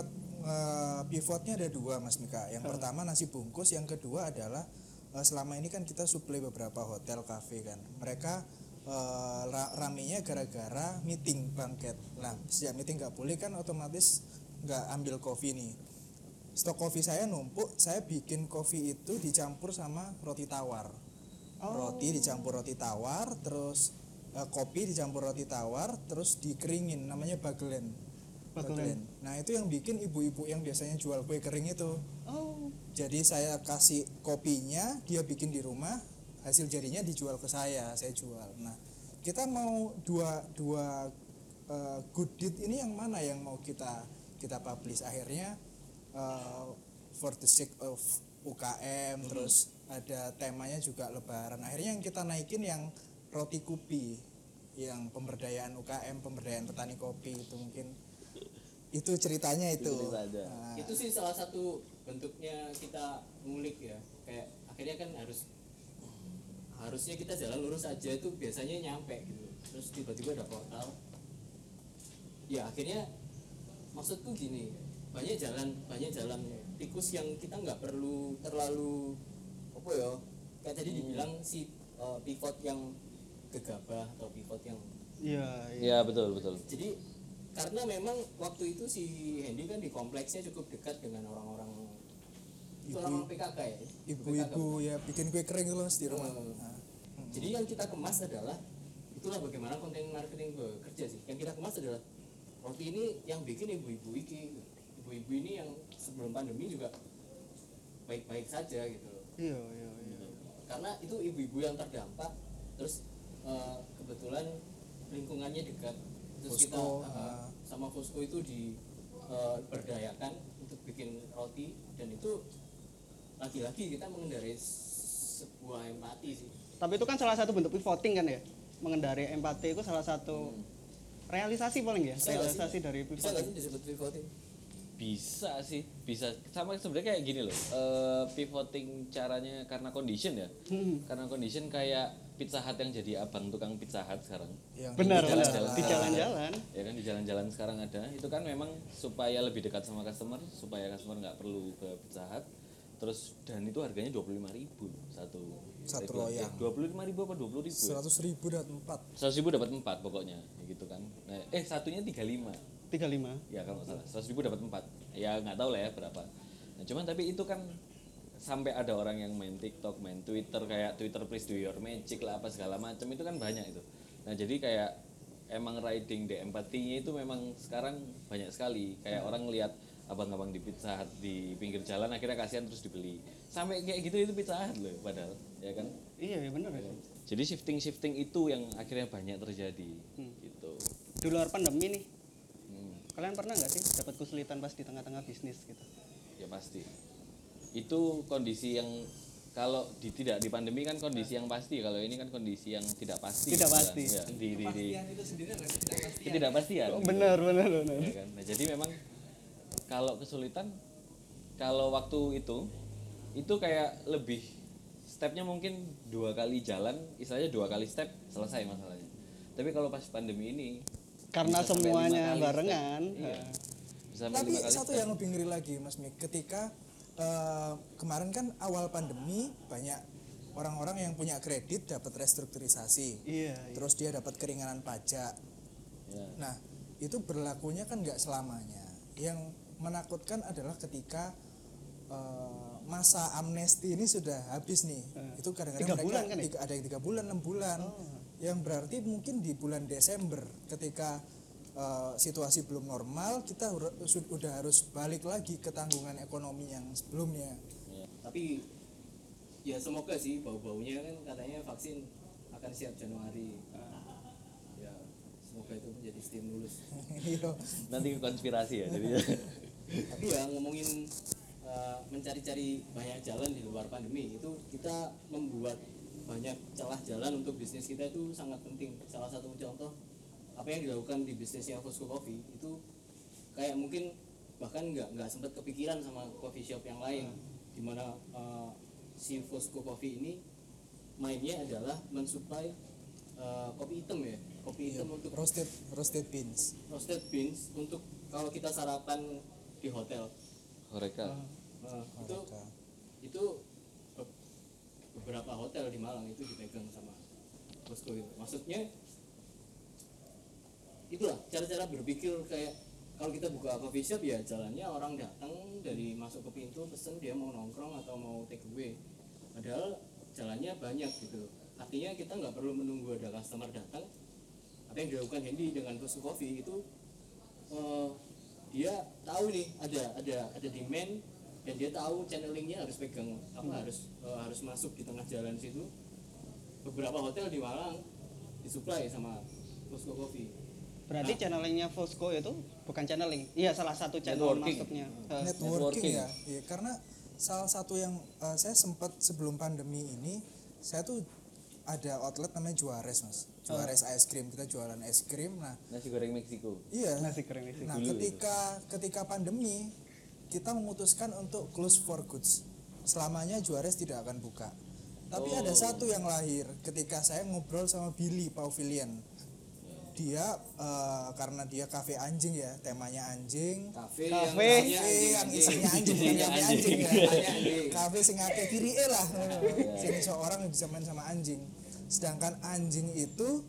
pivotnya ada dua, Mas Mika. Yang pertama nasi bungkus, yang kedua adalah selama ini kan kita supply beberapa hotel, kafe kan. Mereka ramenya gara-gara meeting bangket. Nah, sejak meeting nggak boleh kan otomatis nggak ambil kopi nih. Stok kopi saya numpuk, saya bikin kopi itu dicampur sama roti tawar. Roti dicampur roti tawar, terus kopi dicampur roti tawar, terus dikeringin, namanya bagelen. Bagelen. Nah itu yang bikin ibu-ibu yang biasanya jual kue kering itu. Oh, Jadi saya kasih kopinya, dia bikin di rumah, hasil jadinya dijual ke saya jual. Nah kita mau dua good deed ini yang mana yang mau kita publish? Akhirnya for the sake of UKM, terus ada temanya juga Lebaran. Akhirnya yang kita naikin yang roti kupi, yang pemberdayaan UKM, pemberdayaan petani kopi itu mungkin itu ceritanya itu. Nah, Itu sih salah satu bentuknya kita ngulik ya, kayak akhirnya kan harusnya kita jalan lurus aja itu biasanya nyampe gitu, terus tiba-tiba ada portal. Ya akhirnya maksudku gini, banyak jalan tikus yang kita nggak perlu terlalu apa ya, kayak tadi dibilang si pivot yang gegabah atau pivot yang, iya. Iya, betul. jadi karena memang waktu itu si Hendy kan di kompleksnya cukup dekat dengan orang-orang PKK ya, ibu-ibu ya bikin kue kering loh di rumah. Hmm. Nah, Jadi yang kita kemas adalah, itulah bagaimana konten marketing bekerja sih. Yang kita kemas adalah roti ini yang bikin ibu-ibu ini yang sebelum pandemi juga baik-baik saja gitu loh. Iya. Karena itu ibu-ibu yang terdampak, terus kebetulan lingkungannya dekat, terus kita Fosco, sama Fosco itu diberdayakan untuk bikin roti, dan itu lagi-lagi kita mengendarai sebuah empati sih. Tapi itu kan salah satu bentuk pivoting kan ya? Mengendarai empati itu salah satu realisasi paling ya? Bisa nggak Realisasi sih? dari Bisa nggak sih pivoting. disebut pivoting? Bisa sih, bisa. Sama sebenarnya kayak gini loh. Pivoting caranya karena condition ya. Karena condition kayak Pizza Hut yang jadi abang tukang Pizza Hut sekarang. yang Benar, Di jalan-jalan. di jalan-jalan. Ya kan di jalan-jalan sekarang ada. Itu kan memang supaya lebih dekat sama customer, supaya customer nggak perlu ke Pizza Hut. Terus dan itu harganya 25.000 satu Satu loyang. 25.000 apa 20.000 ya? 100.000 dapat 4. 100.000 dapat 4 pokoknya gitu kan. Nah, satunya 35. 35. Ya kalau nggak salah 100.000 dapat 4. Ya nggak tahu lah ya berapa. Nah, cuman tapi itu kan sampai ada orang yang main TikTok, main Twitter, kayak Twitter please do your magic lah apa segala macam, itu kan banyak itu. Nah jadi kayak emang riding the empathy-nya itu memang sekarang banyak sekali. Kayak orang lihat abang-abang di Pizza Hut di pinggir jalan akhirnya kasihan terus dibeli. Sampai kayak gitu itu Pizza Hut loh padahal, ya kan? Iya benar ya. Jadi shifting itu yang akhirnya banyak terjadi gitu. Di luar pandemi nih, kalian pernah nggak sih dapat kesulitan pas di tengah-tengah bisnis gitu? Ya pasti. Itu kondisi yang kalau tidak di pandemi kan kondisi yang pasti, kalau ini kan kondisi yang tidak pasti. Tidak gitu kan. pasti. Ya, Kepastian itu sendiri adalah ketidakpastian. ketidakpastian. Oh, benar. Ya kan? Nah, jadi memang kalau kesulitan, kalau waktu itu kayak lebih stepnya mungkin 2 kali jalan, istilahnya 2 kali step selesai masalahnya. Tapi kalau pas pandemi ini Karena bisa sampai semuanya 5 kali barengan. step. Iya. Bisa sampai Tapi 5 kali satu step. yang lebih ngeri lagi Mas Mik, ketika kemarin kan awal pandemi banyak orang-orang yang punya kredit dapat restrukturisasi. Iya. Terus dia dapat keringanan pajak. Ya. Nah, itu berlakunya kan nggak selamanya. Yang menakutkan adalah ketika masa amnesti ini sudah habis nih. Itu kadang-kadang 3 bulan kan ya? ada yang 3 bulan, 6 bulan. Yang berarti mungkin di bulan Desember ketika situasi belum normal, kita udah harus balik lagi ke tanggungan ekonomi yang sebelumnya. Tapi ya semoga sih bau-baunya kan katanya vaksin akan siap Januari. Ya semoga itu menjadi stimulus. Iya. Nanti konspirasi ya jadi. Tapi ya ngomongin mencari-cari banyak jalan di luar pandemi, itu kita membuat banyak celah jalan untuk bisnis kita itu sangat penting. Salah satu contoh apa yang dilakukan di bisnisnya Fosco Coffee itu kayak mungkin bahkan nggak sempat kepikiran sama coffee shop yang lain, dimana si Fosco Coffee ini mainnya adalah mensuplai kopi hitam ya, kopi hitam untuk roasted beans. roasted beans untuk kalau kita sarapan di hotel. Horeca. Itu beberapa hotel di Malang itu dipegang sama Fosco itu. Maksudnya itulah cara-cara berpikir kayak kalau kita buka coffee shop ya jalannya orang datang dari masuk ke pintu pesen dia mau nongkrong atau mau take away. Padahal jalannya banyak gitu. Artinya kita nggak perlu menunggu ada customer datang. Apa yang dilakukan Hendy dengan Fosco Coffee itu dia tahu nih ada demand dan dia tahu channelingnya harus pegang harus masuk di tengah jalan situ. Beberapa hotel di Malang disuplai sama Fosco Coffee. Berarti channelingnya Fosco itu bukan channeling. Iya, salah satu channel Networking. masuknya. Networking ya. Iya, karena salah satu yang saya sempat sebelum pandemi ini saya tuh ada outlet namanya Juarez Mas. Juarez ice cream, kita jualan es krim. Nah, Nasi goreng Meksiko. iya. Nasi goreng Meksiko. Nah, ketika pandemi kita memutuskan untuk close for goods. Selamanya Juarez tidak akan buka. Tapi ada satu yang lahir ketika saya ngobrol sama Billy Pauvilian. Dia karena dia kafe anjing ya, temanya anjing. Kafe Yang isinya anjing, bukan kafe anjing ya. Kafe sing akeh kirike lah. Sing iso orang bisa main sama anjing. Sedangkan anjing itu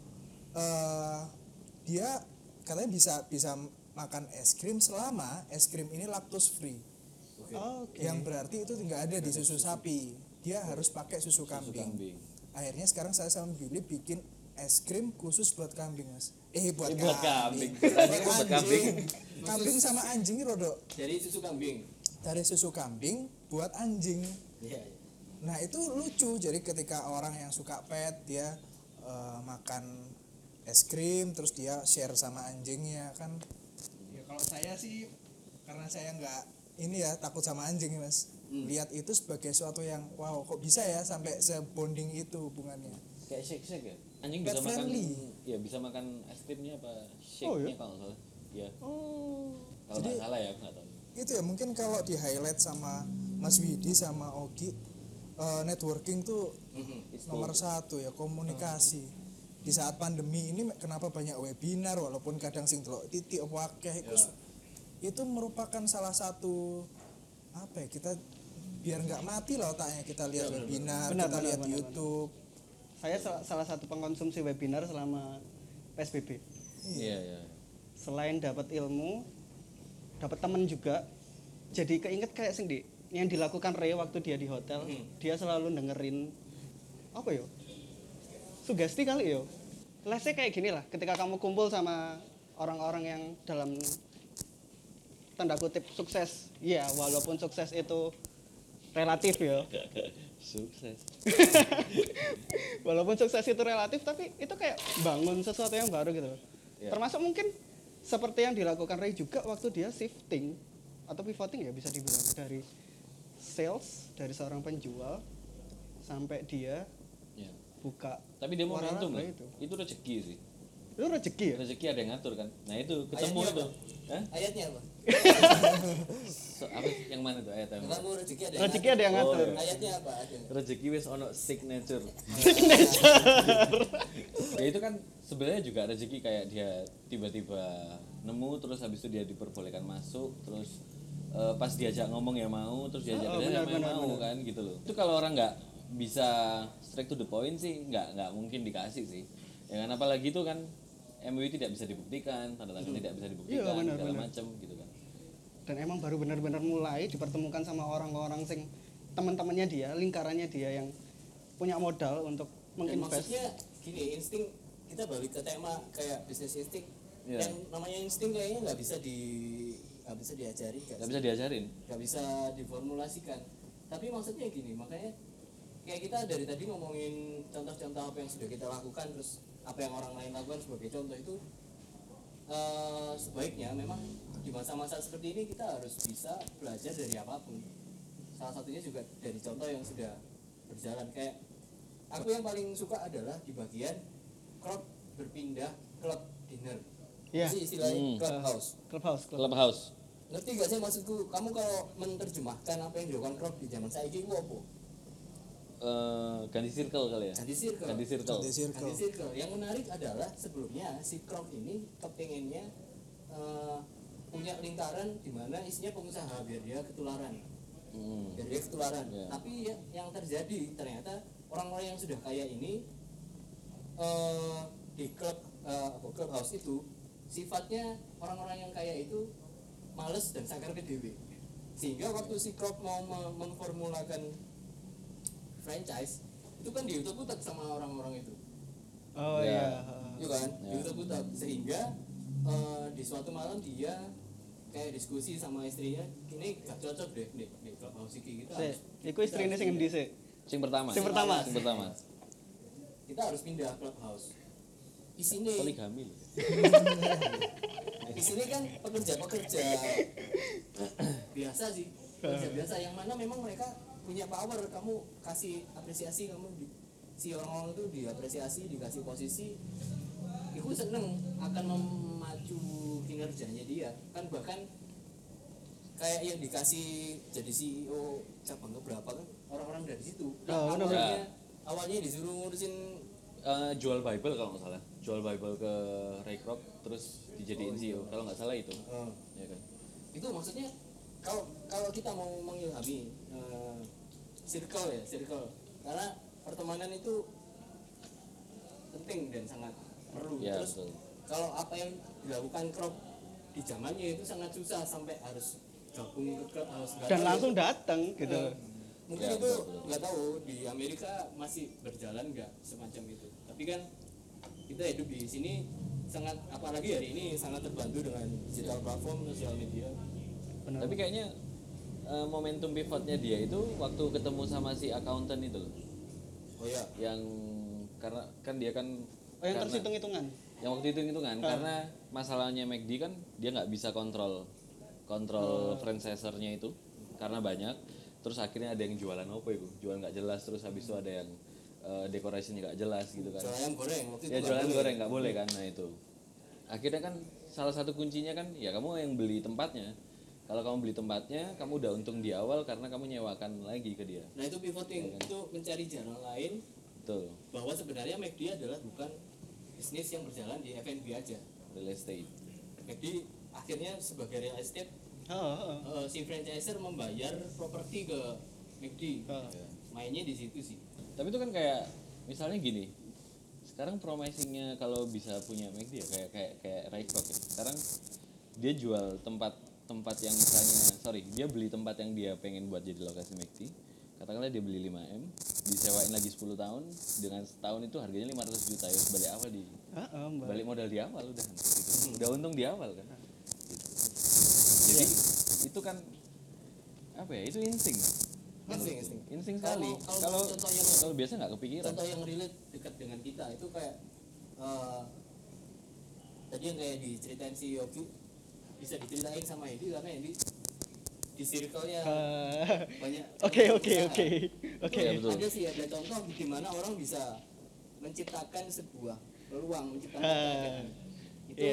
dia katanya bisa makan es krim selama es krim ini lactose free. Oke. Yang berarti itu nggak ada di susu sapi. Dia harus pakai susu kambing. Akhirnya sekarang saya sama Billy bikin es krim khusus buat kambing Mas. Buat kambing. Buat kambing. Kambing sama anjing Rodo. Dari susu kambing. Dari susu kambing buat anjing. Iya. Nah itu lucu. Jadi ketika orang yang suka pet dia makan es krim terus dia share sama anjingnya kan. Ya kalau saya sih karena saya nggak ini ya takut sama anjing Mas. Lihat itu sebagai suatu yang wow kok bisa ya sampai sebonding itu hubungannya. Kayak shake ya. Anjing Pet bisa makan friendly. ya bisa makan es krimnya apa Oh, shake-nya ya? kalau nggak salah. Iya. Oh. Kalau nggak salah ya, nggak tahu. Itu ya mungkin kalau di highlight sama Mas Widi sama Ogi networking tuh It's nomor satu ya, komunikasi. Di saat pandemi ini kenapa banyak webinar walaupun kadang sing delok titik apa akeh itu merupakan salah satu apa ya kita biar nggak mati lah otaknya, kita lihat webinar, Benar, kita benar, lihat benar, YouTube. Saya salah satu pengkonsumsi webinar selama PSBB. Iya. Selain dapat ilmu, dapat temen juga. Jadi keinget kayak sing yang dilakukan Ray waktu dia di hotel. Dia selalu dengerin apa yo? Sugesti kali yo. Lesnya kayak gini lah. Ketika kamu kumpul sama orang-orang yang dalam tanda kutip sukses, ya walaupun sukses itu relatif ya. Sukses. Walaupun sukses itu relatif, tapi itu kayak bangun sesuatu yang baru gitu. Ya. Termasuk mungkin seperti yang dilakukan Ray juga waktu dia shifting atau pivoting ya bisa dibilang, dari sales, dari seorang penjual sampai dia Ya. buka. Tapi dia momentum waralaba loh. Itu rezeki sih. Itu rezeki ya? Rezeki ada yang ngatur kan. Nah itu ketemu Ayatnya itu. apa? Hah? Ayatnya apa? Apa sih? Yang mana tuh ayatnya? Kamu rezeki ada Rezeki ada yang ngatur. Ayatnya apa? Ada. Rezeki wis ono signature. Ya itu kan sebenarnya juga rezeki, kayak dia tiba-tiba nemu, terus habis itu dia diperbolehkan masuk, terus pas diajak ngomong ya mau, terus diajak kerja ya mau kan gitu loh. Itu kalau orang nggak bisa straight to the point sih nggak mungkin dikasih sih. Ya kan, apalagi itu kan MUI tidak bisa dibuktikan, tanda tangan tidak bisa dibuktikan, Iya, segala macam gitu kan. Dan emang baru benar-benar mulai dipertemukan sama orang-orang sing teman-temannya dia, lingkarannya dia yang punya modal untuk Dan menginvest. maksudnya gini, insting, kita balik ke tema kayak bisnis insting. Iya. Yang namanya insting kayaknya nggak bisa diajari, Nggak bisa diajarin. nggak bisa diformulasikan. Tapi maksudnya gini, makanya kayak kita dari tadi ngomongin contoh-contoh apa yang sudah kita lakukan, terus apa yang orang lain lakukan sebagai contoh itu, sebaiknya memang di masa-masa seperti ini kita harus bisa belajar dari apapun. Salah satunya juga dari contoh yang sudah berjalan. Kayak aku yang paling suka adalah di bagian crowd berpindah club dinner. Iya. Itu istilahnya clubhouse. Clubhouse. Ngerti gak sih maksudku? Kamu kalau menerjemahkan apa yang dilakukan crowd di zaman saiki itu apa? Ganti circle kali ya. Ganti circle. Ganti circle. Di circle. Ganti circle. Yang menarik adalah sebelumnya si crowd ini kepengennya punya lingkaran di mana isinya pengusaha biar dia ketularan. Biar dia ketularan. Yeah. Tapi yang terjadi ternyata orang-orang yang sudah kaya ini di clubhouse itu sifatnya orang-orang yang kaya itu males dan sakar ke dewe. Sehingga waktu si crowd mau memformulakan franchise itu kan diutak-utak sama orang-orang itu. Oh Ya. iya. Iya kan? Ya. Diutak-utak sehingga di suatu malam dia kayak diskusi sama istrinya, ini gak cocok deh di clubhouse iki kita. Iku istrine sing endi sih? Sing pertama. Sing pertama. Sing pertama. Kita harus pindah clubhouse. Isinya Poligami loh. di sini kan pekerja-pekerja biasa sih, pekerja biasa yang mana memang mereka punya power. Kamu kasih apresiasi, si orang-orang itu diapresiasi, dikasih posisi, itu seneng akan memacu kinerjanya dia kan. Bahkan kayak yang dikasih jadi CEO cabang keberapa kan orang-orang dari situ. Oh, benar. Awalnya disuruh ngurusin Jual Bible kalau nggak salah. Jual Bible ke Ray Kroc terus dijadiin CEO. Kalau nggak salah itu. Ya kan. itu maksudnya kalau kita mau mengilhami circle karena pertemanan itu penting dan sangat perlu. Ya, Terus betul. kalau apa yang dilakukan Kroc di zamannya itu sangat susah sampai harus gabung ke klub, harus Dan langsung datang gitu. mungkin Ya, itu betul. nggak tahu di Amerika masih berjalan nggak semacam itu. Tapi kan kita hidup di sini sangat, apalagi hari ini sangat terbantu dengan digital platform, sosial media. Benar. Tapi kayaknya momentum pivotnya dia itu waktu ketemu sama si accountant itu loh. Oh ya, Yang karena kan dia kan Oh yang karena- terus hitung-hitungan. yang waktu itu kan karena masalahnya McD kan dia nggak bisa kontrol franchisernya itu karena banyak. Terus akhirnya ada yang jualan apa itu, jualan nggak jelas, terus habis itu ada yang dekorasinya nggak jelas gitu kan. jualan goreng waktu itu Ya nggak jualan boleh. goreng nggak boleh kan. Nah itu akhirnya kan salah satu kuncinya kan ya kamu yang beli tempatnya. Kalau kamu beli tempatnya kamu udah untung di awal karena kamu nyewakan lagi ke dia. Nah itu pivoting, itu mencari jalan lain Betul. bahwa sebenarnya McD adalah bukan bisnis yang berjalan di F&B aja. Real estate. McD akhirnya sebagai real estate, Oh. si franchiser membayar properti ke McD. Mainnya di situ sih. Tapi itu kan kayak misalnya gini, sekarang promisingnya kalau bisa punya McD ya kayak Ray Kroc ya. Sekarang dia jual tempat yang misalnya dia beli tempat yang dia pengen buat jadi lokasi McD. Katakanlah dia beli 5M, disewain lagi 10 tahun, dengan setahun itu harganya 500 juta ya, balik awal balik modal di awal udah gitu. Udah untung di awal kan. Gitu. Jadi itu kan apa ya? Itu insting sekali. Kalau biasa nggak kepikiran. Contoh yang relate dekat dengan kita itu kayak tadi yang kayak diceritain si Yogi, bisa diceritain sama Hendy karena Hendy di circle-nya banyak. Oke. Ya, betul. Ada contoh di mana orang bisa menciptakan sebuah peluang, menciptakan peluang. Itu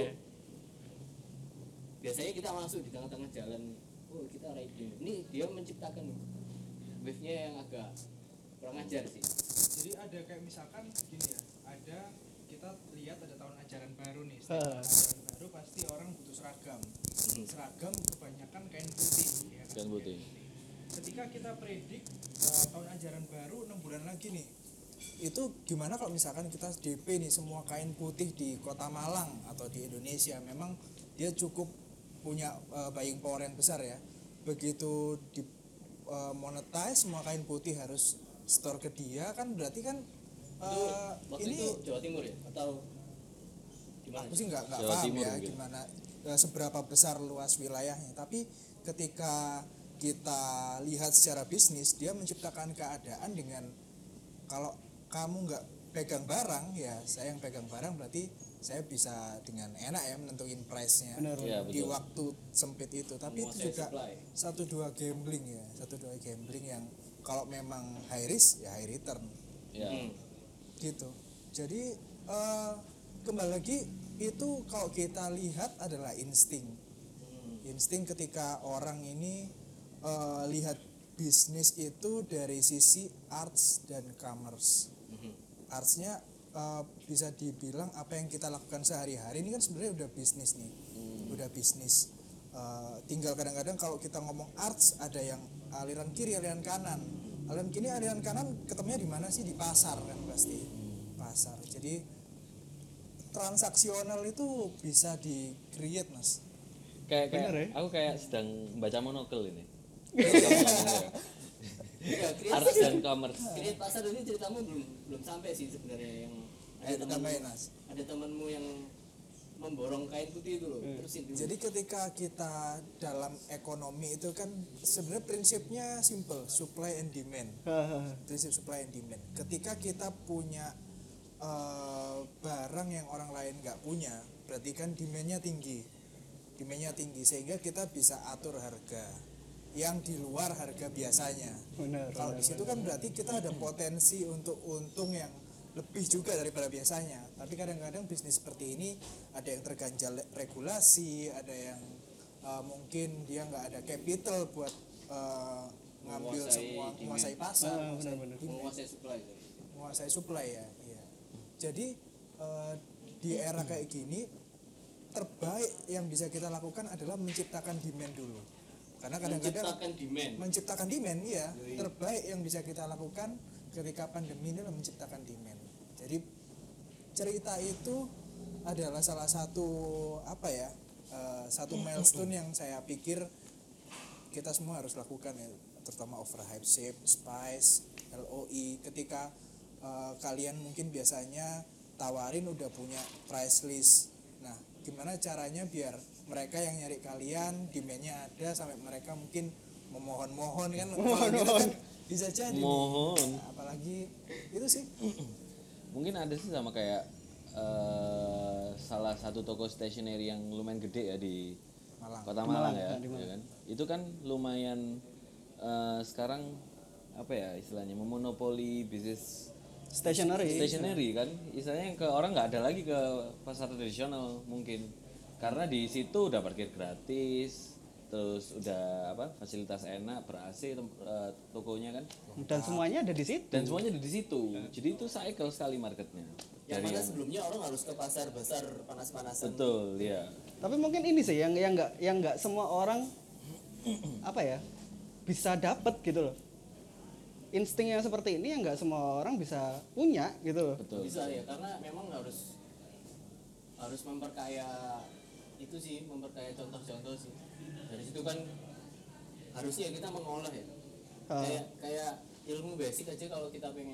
biasanya kita langsung di tengah-tengah jalan, kita riding. Ini dia menciptakan wave-nya yang agak kurang ajar sih. Jadi ada kayak misalkan gini ya, kita lihat ada tahun ajaran baru nih. Setiap tahun ajaran baru pasti orang butuh seragam. Seragam kebanyakan kain putih ya. Kain putih. Ketika kita predik tahun ajaran baru 6 bulan lagi nih, itu gimana kalau misalkan kita DP nih semua kain putih di Kota Malang atau di Indonesia, memang dia cukup punya buying power yang besar ya. Begitu di monetize semua kain putih harus store ke dia, kan berarti kan Waktu ini itu Jawa Timur ya atau di mana? aku sih nggak Jawa paham Timur ya mungkin. gimana seberapa besar luas wilayahnya, tapi ketika kita lihat secara bisnis, dia menciptakan keadaan dengan kalau kamu nggak pegang barang ya saya yang pegang barang, berarti saya bisa dengan enak ya menentuin price-nya Iya, di betul. waktu sempit itu. Tapi itu juga satu dua gambling yang kalau memang high risk ya high return Ya. gitu. Jadi kembali lagi itu kalau kita lihat adalah insting ketika orang ini lihat bisnis itu dari sisi arts dan commerce. Artsnya bisa dibilang apa yang kita lakukan sehari-hari ini kan sebenarnya udah bisnis nih, udah bisnis. Tinggal kadang-kadang kalau kita ngomong arts ada yang aliran kiri, aliran kanan. Aliran kiri, aliran kanan ketemunya di mana sih? Di pasar kan pasti. Pasar. Jadi transaksional itu bisa di create mas. Kayak aku kayak sedang baca monokel ini. Kalau kamu ngomong ya. Arts dan commerce. Create pasar ini ceritamu belum sampai sih sebenarnya, yang Tambahin mas. ada temanmu yang memborong kain putih itu loh. Terusin dulu. Jadi ketika kita dalam ekonomi itu kan sebenarnya prinsipnya simple, supply and demand. Prinsip supply and demand. Ketika kita punya barang yang orang lain nggak punya, berarti kan demandnya tinggi sehingga kita bisa atur harga yang di luar harga biasanya. Kalau di situ kan berarti kita ada potensi untuk untung yang lebih juga daripada biasanya. Tapi kadang-kadang bisnis seperti ini ada yang terganjal regulasi, ada yang mungkin dia nggak ada capital buat ngambil semua, menguasai pasar, menguasai supply ya. Iya. Jadi di era kayak gini terbaik yang bisa kita lakukan adalah menciptakan demand dulu. Karena kadang-kadang menciptakan demand ya terbaik yang bisa kita lakukan ketika pandemi ini adalah menciptakan demand. Jadi cerita itu adalah salah satu satu milestone yang saya pikir kita semua harus lakukan ya, terutama Overhype, Shape, Spice, LOE. Ketika kalian mungkin biasanya tawarin udah punya price list. Nah, gimana caranya biar mereka yang nyari kalian demandnya ada sampai mereka mungkin memohon-mohon kan, kan bisa jadi mohon. Nah, apalagi itu sih Mungkin ada sih sama kayak salah satu toko stationery yang lumayan gede ya di Kota Malang ya, ya kan? Itu kan lumayan sekarang apa ya istilahnya memonopoli bisnis stationery kan, istilahnya ke orang nggak ada lagi ke pasar tradisional mungkin, karena di situ udah parkir gratis, terus udah fasilitas enak, ber-AC tokonya kan, Dan semuanya ada di situ. Jadi itu cycle sekali marketnya. Yang mana sebelumnya orang harus ke pasar besar panas-panasan. Betul ya. Tapi mungkin ini sih yang nggak semua orang bisa dapat gitu loh. insting yang seperti ini yang nggak semua orang bisa punya gitu loh. Betul. Bisa ya, karena memang harus memperkaya itu sih, memperkaya contoh-contoh sih. Dari situ kan harusnya kita mengolah ya. Kayak ilmu basic aja, kalau kita pengen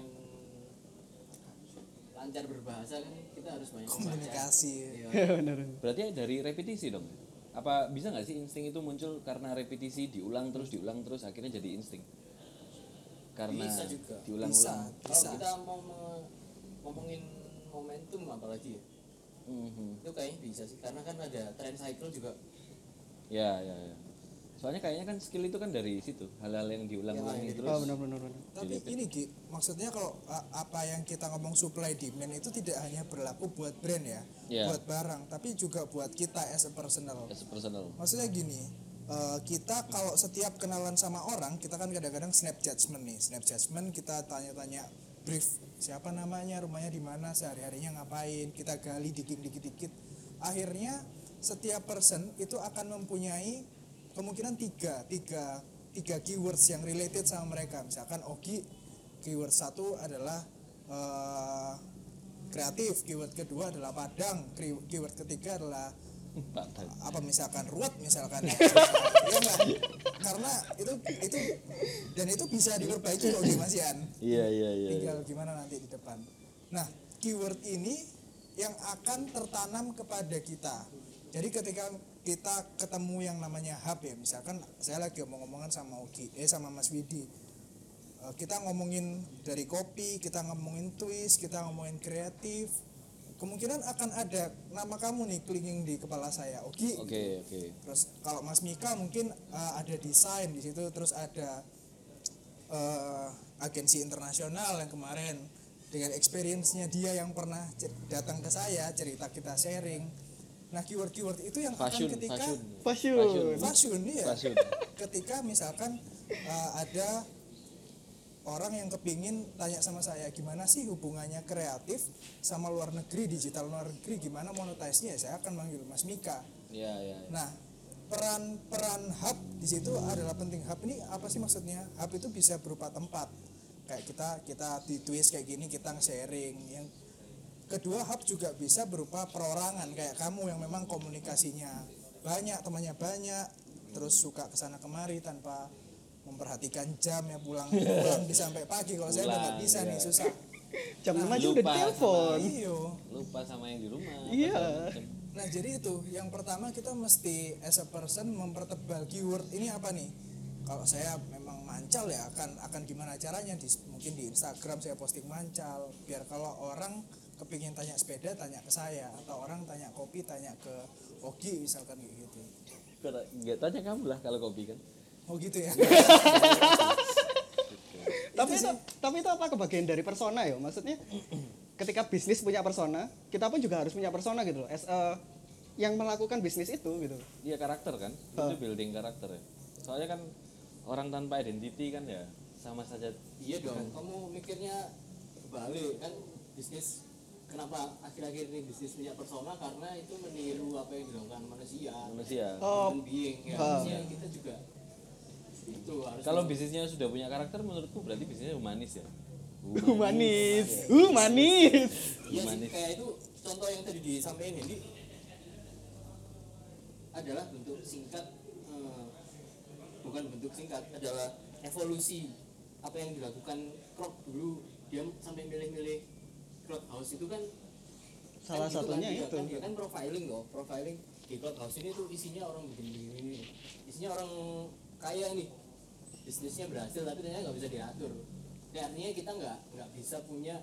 lancar berbahasa kan kita harus banyak membaca. Komunikasi. Iya. Benar. Berarti dari repetisi dong. Apa bisa nggak sih insting itu muncul karena repetisi diulang terus akhirnya jadi insting? Karena Bisa juga. diulang-ulang. Kalau kita mau ngomongin momentum apalagi ya, itu kayaknya bisa sih, karena kan ada trend cycle juga. Ya. Soalnya kayaknya kan skill itu kan dari situ, hal-hal yang diulang-ulang Ya, terus. Oh benar. Tapi ini Ki, maksudnya kalau apa yang kita ngomong supply demand itu tidak hanya berlaku buat brand ya, Yeah. buat barang, tapi juga buat kita as a personal. As a personal. Maksudnya gini, kita kalau setiap kenalan sama orang, kita kan kadang-kadang snap judgment nih. Snap judgment, kita tanya-tanya brief siapa namanya, rumahnya di mana, sehari-harinya ngapain, kita gali dikit-dikit. Akhirnya setiap person itu akan mempunyai kemungkinan tiga keywords yang related sama mereka. Misalkan Ogi, keyword satu adalah kreatif, keyword kedua adalah Padang, keyword ketiga adalah apa misalkan ruwet misalkan ya enggak? Karena itu dan itu bisa diperbaiki kok Mas Yan. Iya. Tinggal gimana nanti di depan. Nah, keyword ini yang akan tertanam kepada kita. Jadi ketika kita ketemu yang namanya hub ya, misalkan saya lagi ngomong-ngomongan sama sama Mas Widi, kita ngomongin dari kopi, kita ngomongin twist, kita ngomongin kreatif, kemungkinan akan ada nama kamu nih kelinging di kepala saya, Oke. Terus kalau Mas Mika mungkin ada desain di situ, terus ada agensi internasional yang kemarin dengan experience-nya dia yang pernah datang ke saya, cerita kita sharing. Nah, keyword-keyword itu yang akan ketika fashion ya. Ketika misalkan ada orang yang kepingin tanya sama saya, gimana sih hubungannya kreatif sama luar negeri, digital luar negeri, gimana monetize-nya, saya akan manggil Mas Mika. Iya. Nah, peran hub di situ adalah penting. Hub ini apa sih maksudnya? Hub itu bisa berupa tempat. Kayak kita di twist kayak gini, kita sharing. Yang kedua, hub juga bisa berupa perorangan, kayak kamu yang memang komunikasinya banyak, temannya banyak, terus suka kesana kemari tanpa memperhatikan jam ya, pulang bisa sampai pagi. Kalau saya udah nggak bisa nih, susah. Jam 5 aja udah ditelepon. Lupa sama yang di rumah. Iya. Nah, jadi itu yang pertama, kita mesti as a person mempertebal keyword ini apa nih. Kalau saya memang mancal ya akan gimana caranya, mungkin di Instagram saya posting mancal, biar kalau orang kepingin tanya sepeda tanya ke saya, atau orang tanya kopi tanya ke Ogi misalkan kayak gitu. Nggak tanya kamu lah kalau kopi kan. Oh gitu ya. tapi itu apa kebagian dari persona ya? Maksudnya ketika bisnis punya persona, kita pun juga harus punya persona gitu loh. Yang melakukan bisnis itu gitu. Iya, karakter kan. Itu building karakter ya. Soalnya kan orang tanpa identity kan ya sama saja. Iya dong, kamu mikirnya kebalik kan. Bisnis, kenapa akhir-akhir ini bisnis punya persona, karena itu meniru apa yang dilakukan manusia. Human being ya. Harusnya kita juga itu harus. Kalau bisnisnya sudah punya karakter, menurutku berarti bisnisnya humanis ya. Manis. Iya sih, kayak itu contoh yang tadi disampaikan ini adalah bentuk singkat, bukan bentuk singkat, adalah evolusi apa yang dilakukan Krok dulu. Dia sampai milih-milih Clubhouse itu kan Salah satunya itu. Dia kan profiling di Clubhouse ini tuh isinya orang begini-begini, isinya orang kaya nih, bisnisnya berhasil tapi ternyata nggak bisa diatur. Artinya kita nggak bisa punya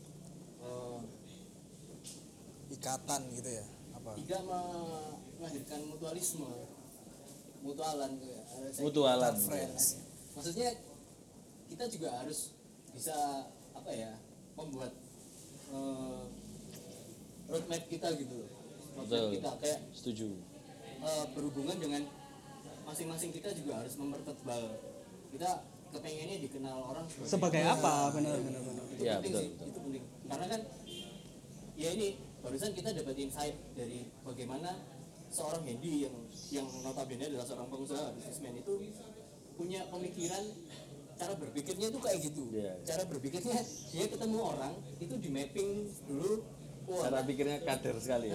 Ikatan gitu ya, apa? tidak menghadirkan mutualan. Friends. Maksudnya kita juga harus bisa apa ya, membuat roadmap kita gitu. Roadmap kita kayak setuju. Berhubungan dengan masing-masing kita juga harus mempertebal. Kita kepengennya dikenal orang Sebagai apa? Benar. Itu Ya, penting betul, sih, itu penting. Karena kan ya ini barusan kita dapat insight dari bagaimana seorang Hendy yang notabene adalah seorang pengusaha bisnismen itu punya pemikiran cara berpikirnya tuh kayak gitu. Iya. Cara berpikirnya dia ketemu orang itu di mapping dulu. Wah, Cara pikirnya kader sekali ya.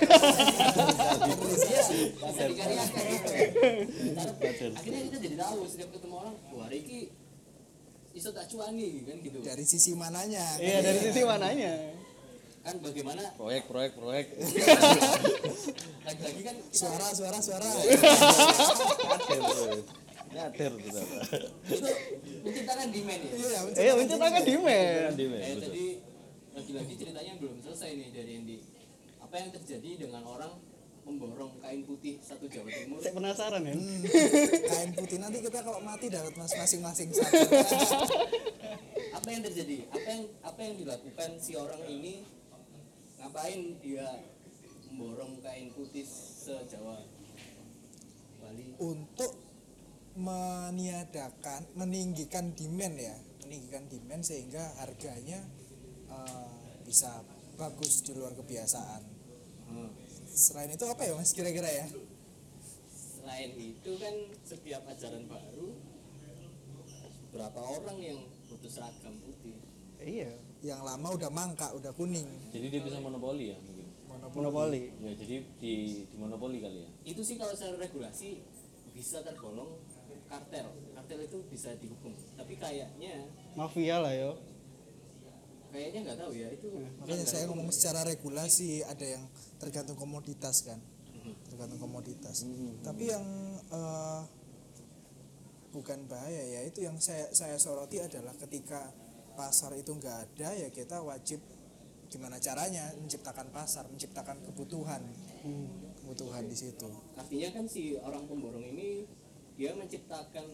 iya sih, bisa dikaryakan gitu. Akhirnya kita jadi tahu setiap ketemu orang, wah Riki iso tak cuani kan gitu. Dari sisi mananya? Iya, dari sisi mananya. Kan bagaimana Proyek. lagi-lagi kan Suara. Kader gitu. itu menciptakan demand ya. Iya, Menciptakan demand. Kayak tadi lagi-lagi ceritanya belum selesai nih dari Andy. Apa yang terjadi dengan orang memborong kain putih satu Jawa Timur? Saya penasaran ya. Kain putih nanti kita kalau mati dapat masing-masing satu. Apa yang terjadi? Apa yang dilakukan si orang ini? Ngapain dia memborong kain putih se-Jawa Bali? Untuk meninggikan demand ya, sehingga harganya bisa bagus di luar kebiasaan. Selain itu apa ya Mas kira-kira ya? Selain itu kan setiap ajaran baru berapa orang yang butuh seragam putih. Iya, Yang lama udah mangkak, udah kuning. Jadi dia bisa monopoli ya mungkin. monopoli. Ya jadi di monopoli kali ya. Itu sih kalau secara regulasi bisa tergolong kartel. Kartel itu bisa dihukum. Tapi kayaknya Mafia lah yo. nggak tahu ya itu. Makanya saya ngomong secara regulasi, ada yang tergantung komoditas kan, tergantung komoditas. Tapi yang bukan bahaya ya, itu yang saya soroti adalah ketika pasar itu nggak ada ya kita wajib gimana caranya menciptakan pasar, menciptakan kebutuhan di situ. Artinya kan si orang pemborong ini dia menciptakan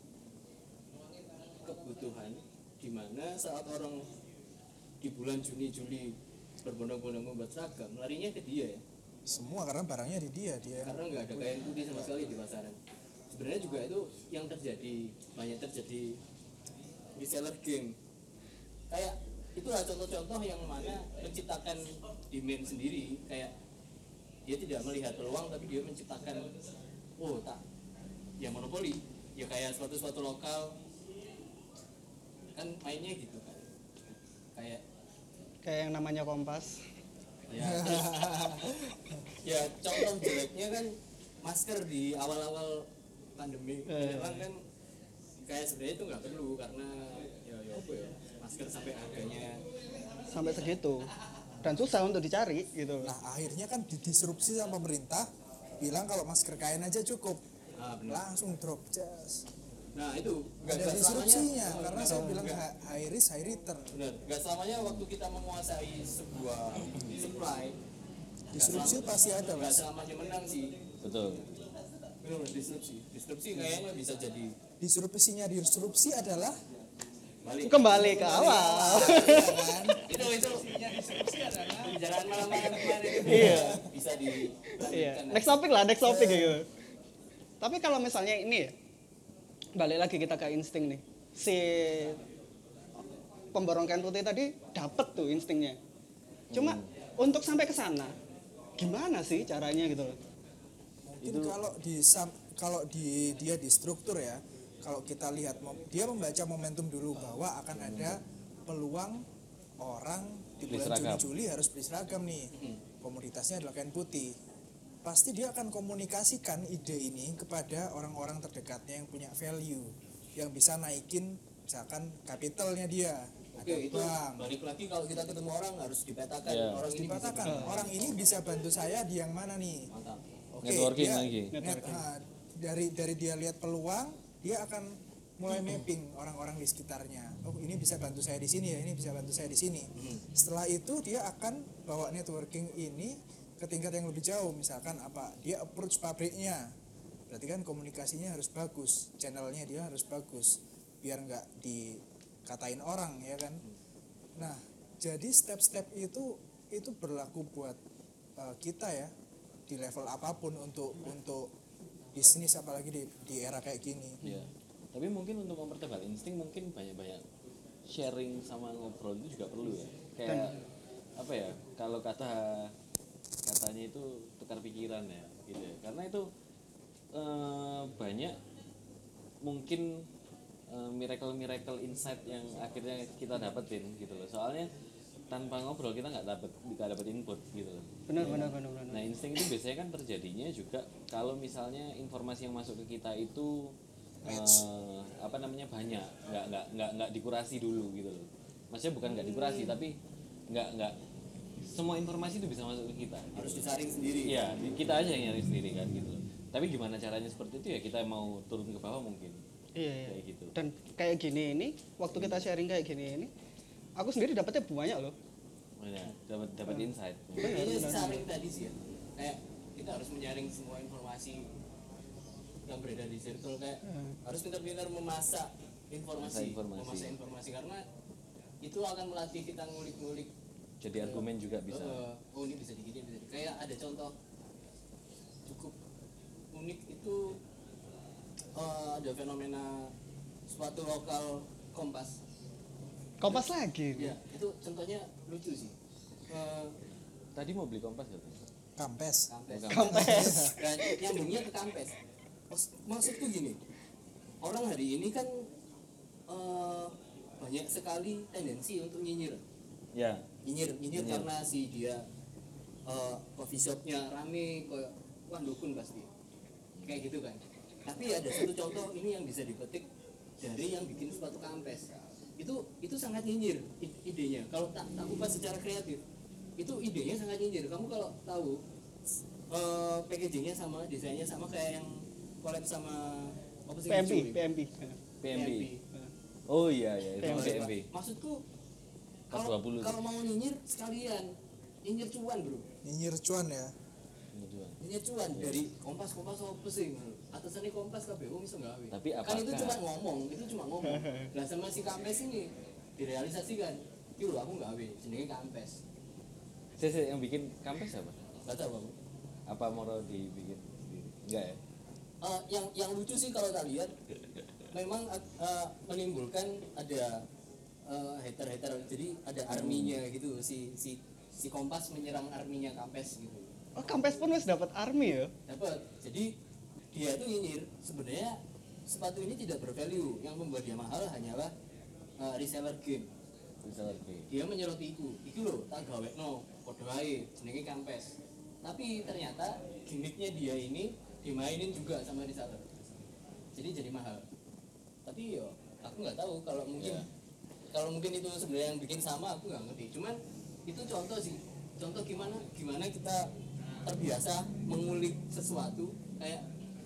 kebutuhan di mana saat orang di bulan Juni Juli berbondong-bondong membuat seragam, larinya ke dia ya. Semua karena barangnya di dia Karena nggak ada kain putih sama sekali di pasaran. Sebenarnya juga itu yang banyak terjadi reseller game. Kayak itulah contoh-contoh yang mana menciptakan demand sendiri. Kayak dia tidak melihat peluang tapi dia menciptakan ya monopoli. Ya kayak suatu lokal kan mainnya gitu kan. Kayak yang namanya Kompas. Ya, terus, ya contoh jeleknya kan masker di awal-awal pandemi memang kan kayak sebenarnya itu nggak perlu karena ya masker sampai harganya Sampai segitu. Dan susah untuk dicari gitu. Nah akhirnya kan didisrupsi sama pemerintah, bilang kalau masker kain aja cukup, langsung drop jas. nah itu Ada disrupsinya karena saya bilang high risk high return. benar nggak selamanya waktu kita menguasai sebuah supply Disrupsi pasti ada nggak Mas. selamanya menang sih. Betul. Benar, disrupsi kayaknya bisa jadi Disrupsinya disrupsi adalah balik Kembali ke awal. itu pembicaraan malam-malam kemarin itu Iya. bisa di Iya. Next topic gitu. Tapi kalau misalnya ini ya, balik lagi kita ke insting nih. Si pemborong kain putih tadi dapet tuh instingnya. Cuma untuk sampai ke sana gimana sih caranya gitu loh. mungkin kalau dia di struktur ya, kalau kita lihat dia membaca momentum dulu bahwa akan ada peluang orang di Beli bulan seragam. Juli harus beli seragam nih, komoditasnya adalah kain putih. Pasti dia akan komunikasikan ide ini kepada orang-orang terdekatnya yang punya value, yang bisa naikin misalkan kapitalnya dia. Ada Oke, itu bank, balik lagi kalau kita ketemu orang harus dipetakan Iya. orang ini bisa dipatakan orang ini bisa bantu saya di yang mana nih. mantap. Oke, Networking dia, lagi. dari dia lihat peluang, dia akan mulai mapping orang-orang di sekitarnya. Oh, ini bisa bantu saya di sini ya, ini bisa bantu saya di sini. Setelah itu dia akan bawa networking ini ke tingkat yang lebih jauh. Misalkan apa? Dia approach pabriknya. Berarti kan komunikasinya harus bagus, channelnya dia harus bagus, biar nggak dikatain orang ya kan. Nah, jadi step-step itu berlaku buat kita ya di level apapun untuk bisnis, apalagi di era kayak gini. Iya. Tapi mungkin untuk mempertebal insting mungkin banyak-banyak sharing sama ngobrol itu juga perlu ya. Kayak apa ya? Kalau katanya itu tukar pikiran ya, gitu ya. Karena itu banyak mungkin miracle insight yang akhirnya kita dapetin gitu loh. Soalnya tanpa ngobrol kita nggak dapet input gitu loh. Benar. Nah insting itu biasanya kan terjadinya juga kalau misalnya informasi yang masuk ke kita itu banyak, nggak dikurasi dulu gitu loh. Maksudnya bukan nggak dikurasi tapi nggak semua informasi itu bisa masuk ke kita. Harus disaring sendiri. Iya, kita aja yang nyari sendiri kan gitu loh. Tapi gimana caranya seperti itu ya kita mau turun ke bawah mungkin. Iya. Kayak gitu. Dan kayak gini ini, waktu kita sharing kayak gini ini, aku sendiri dapetnya banyak loh. Dapat insight. Ini saring tadi sih ya. Kayak kita harus menyaring semua informasi yang beredar di circle, kayak harus pintar-pintar memasak informasi karena itu akan melatih kita ngulik-ngulik. Jadi argumen juga bisa. Oh ini bisa digini, bisa. Kayak ada contoh cukup unik itu ada fenomena suatu lokal kompas. Kompas lagi. Ya, itu contohnya lucu sih. Tadi mau beli kompas ya? Kampes. Kampes. Dan nyambungnya ke kampes. Maksudku gini, orang hari ini kan banyak sekali tendensi untuk nyinyir. Ya. Nyinyir karena si dia coffee shopnya rame kayak wah dukun pasti. Kayak gitu kan. Tapi ada satu contoh ini yang bisa dipetik dari yang bikin suatu kampes. Itu sangat nyinyir idenya. Kalau tak kupas secara kreatif, itu idenya sangat nyinyir. Kamu kalau tahu packagingnya sama, desainnya sama kayak yang collab sama apa sih? PMB. Oh iya itu PMB. Maksudku Pas 20. kalau mau nyinyir sekalian nyinyir cuan bro. Nyinyir cuan ya. Nyinyir cuan dari kompas apa sih? Atasannya kompas KBU bisa gawe. Tapi Kan apakah itu cuma ngomong. Nah sama si kampes ini direalisasikan. Iki lho aku gawe jenenge kampes. Saya yang bikin kampes apa? Enggak tahu aku. Apa mau dibikin sendiri? Enggak ya? Yang lucu sih kalau tak lihat memang menimbulkan ada hater, jadi ada arminya gitu, si kompas menyerang arminya kampes gitu. Oh, Kampes pun wis dapat army ya. Dapat. Jadi dia tuh nyinyir sebenarnya sepatu ini tidak bervalue, yang membuat dia mahal hanyalah reseller game. Dia menyoroti itu loh tak gawekno padha wae jenenge kampes. Tapi ternyata gimmicknya dia ini dimainin juga sama reseller, jadi mahal. Tapi yo aku nggak tahu kalau mungkin itu sebenarnya yang bikin sama, aku nggak ngerti. Cuman itu contoh sih, contoh gimana kita terbiasa mengulik sesuatu kayak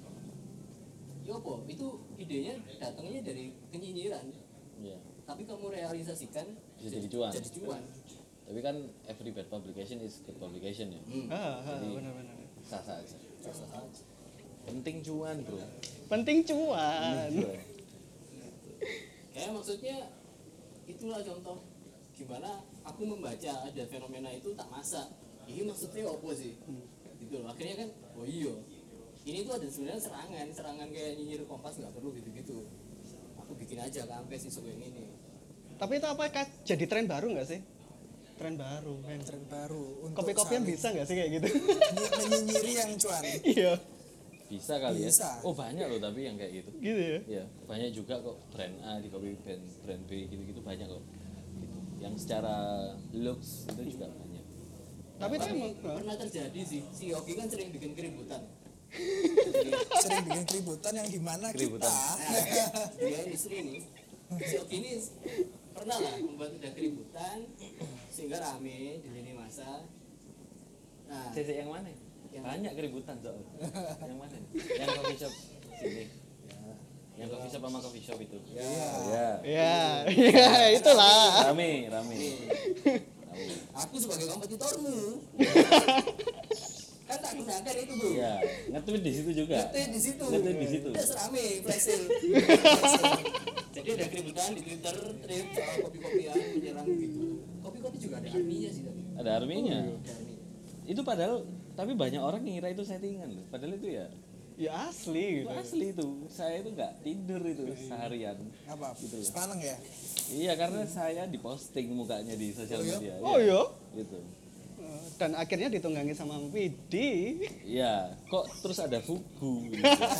yopo itu idenya datangnya dari kenyinyiran. Iya. Tapi kamu realisasikan Bisa jadi cuan. Tapi kan every bad publication is good publication ya. Jadi Benar. sah-sah aja. Penting cuan bro. Penting cuan. Kayak maksudnya itulah contoh gimana aku membaca ada fenomena itu tak masak. Ini maksudnya apa sih? Gitu loh. Akhirnya kan, oh iya. Ini tuh ada sebenarnya serangan kayak nyinyir kompas nggak perlu gitu-gitu. Aku bikin aja kampes isu kayak gini. Tapi itu apa jadi tren baru nggak sih? Tren baru. Tren baru untuk Kopi-kopian saling bisa nggak sih kayak gitu? menyinyiri yang cuan. Iya. Bisa kali Bisa. ya. Oh banyak loh tapi yang kayak gitu. Gitu ya. Ya banyak juga kok brand A di copy brand B gitu-gitu banyak kok. Gitu. Yang secara looks itu juga banyak. Tapi itu emang pernah terjadi sih. Si Yogi kan sering bikin keributan. Sering bikin keributan yang dimana Keributan. kita Dia industri ini. Si Yogi ini pernah lah membuat ada keributan sehingga rame di lini masa. Nah, CC yang mana? Banyak keributan soal. Yang mana? Yang coffee shop sini. Yang coffee shop sama coffee shop itu. Ya. ya itulah. Rame. aku sebagai kompetitormu kan tak gunakan itu bro. Iya, nge-tweet di situ juga. Nge-tweet di situ. Nge-tweet di situ. Udah serame flash sale. Jadi ada keributan di Twitter, thread soal kopi-kopian menyerang gitu. Kopi-kopi juga ada arminya sih tapi. Ada arminya. Ada arminya. Itu padahal tapi banyak orang ngira itu settingan loh. Padahal itu ya Ya asli itu gitu. asli itu. Saya itu nggak tidur itu seharian. apa? Gitu loh. Sepaneng ya. Iya karena saya diposting mukanya di sosial media. Oh iya. Gitu. Dan akhirnya ditunggangi sama Widi. Iya, kok terus ada Fugu.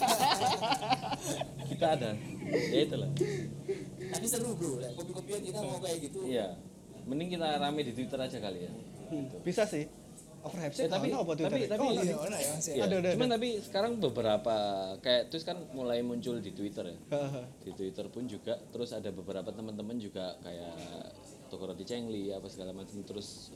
Kita ada. Ya itulah. Tapi seru bro, kopi-kopian kita mau kayak gitu. Iya. Mending kita rame di Twitter aja kali ya. Bisa sih. Overhype sih. Tapi apa Twitter? tapi Oh, Iya, mana ya Mas ya? iya. Ada. Cuman tapi sekarang beberapa kayak terus kan mulai muncul di Twitter ya. Di Twitter pun juga terus ada beberapa teman-teman juga kayak toko roti Cengli apa segala macam terus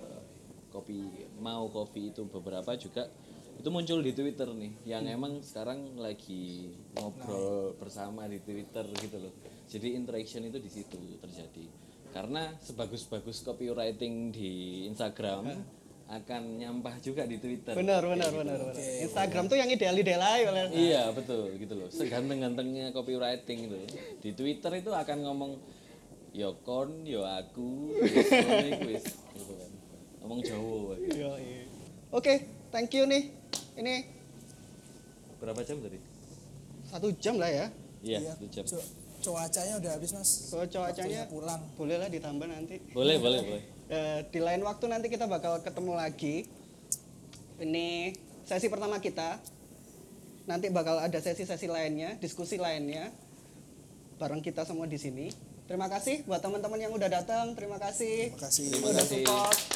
kopi itu beberapa juga itu muncul di Twitter nih yang emang sekarang lagi ngobrol bersama di Twitter gitu loh. Jadi interaction itu di situ terjadi. Karena sebagus-bagus copywriting di Instagram akan nyampah juga di Twitter. Benar. Instagram tuh yang ideal-ideal aja. Iya betul gitu loh. Seganteng-gantengnya copywriting itu di Twitter itu akan ngomong yo kon yo aku wis gitu kan. Ngomong Jawa. Gitu. Oke, thank you nih. Ini Berapa jam tadi? 1 jam lah ya. Iya, 1 jam. Cuacanya udah habis Mas. Kalau cuacanya Waktunya pulang. boleh lah ditambah nanti. Boleh. Di lain waktu nanti kita bakal ketemu lagi. Ini sesi pertama kita. Nanti bakal ada sesi-sesi lainnya, diskusi lainnya bareng kita semua di sini. Terima kasih buat teman-teman yang udah datang. Terima kasih. Terima kasih. Terima Udah kasih. support.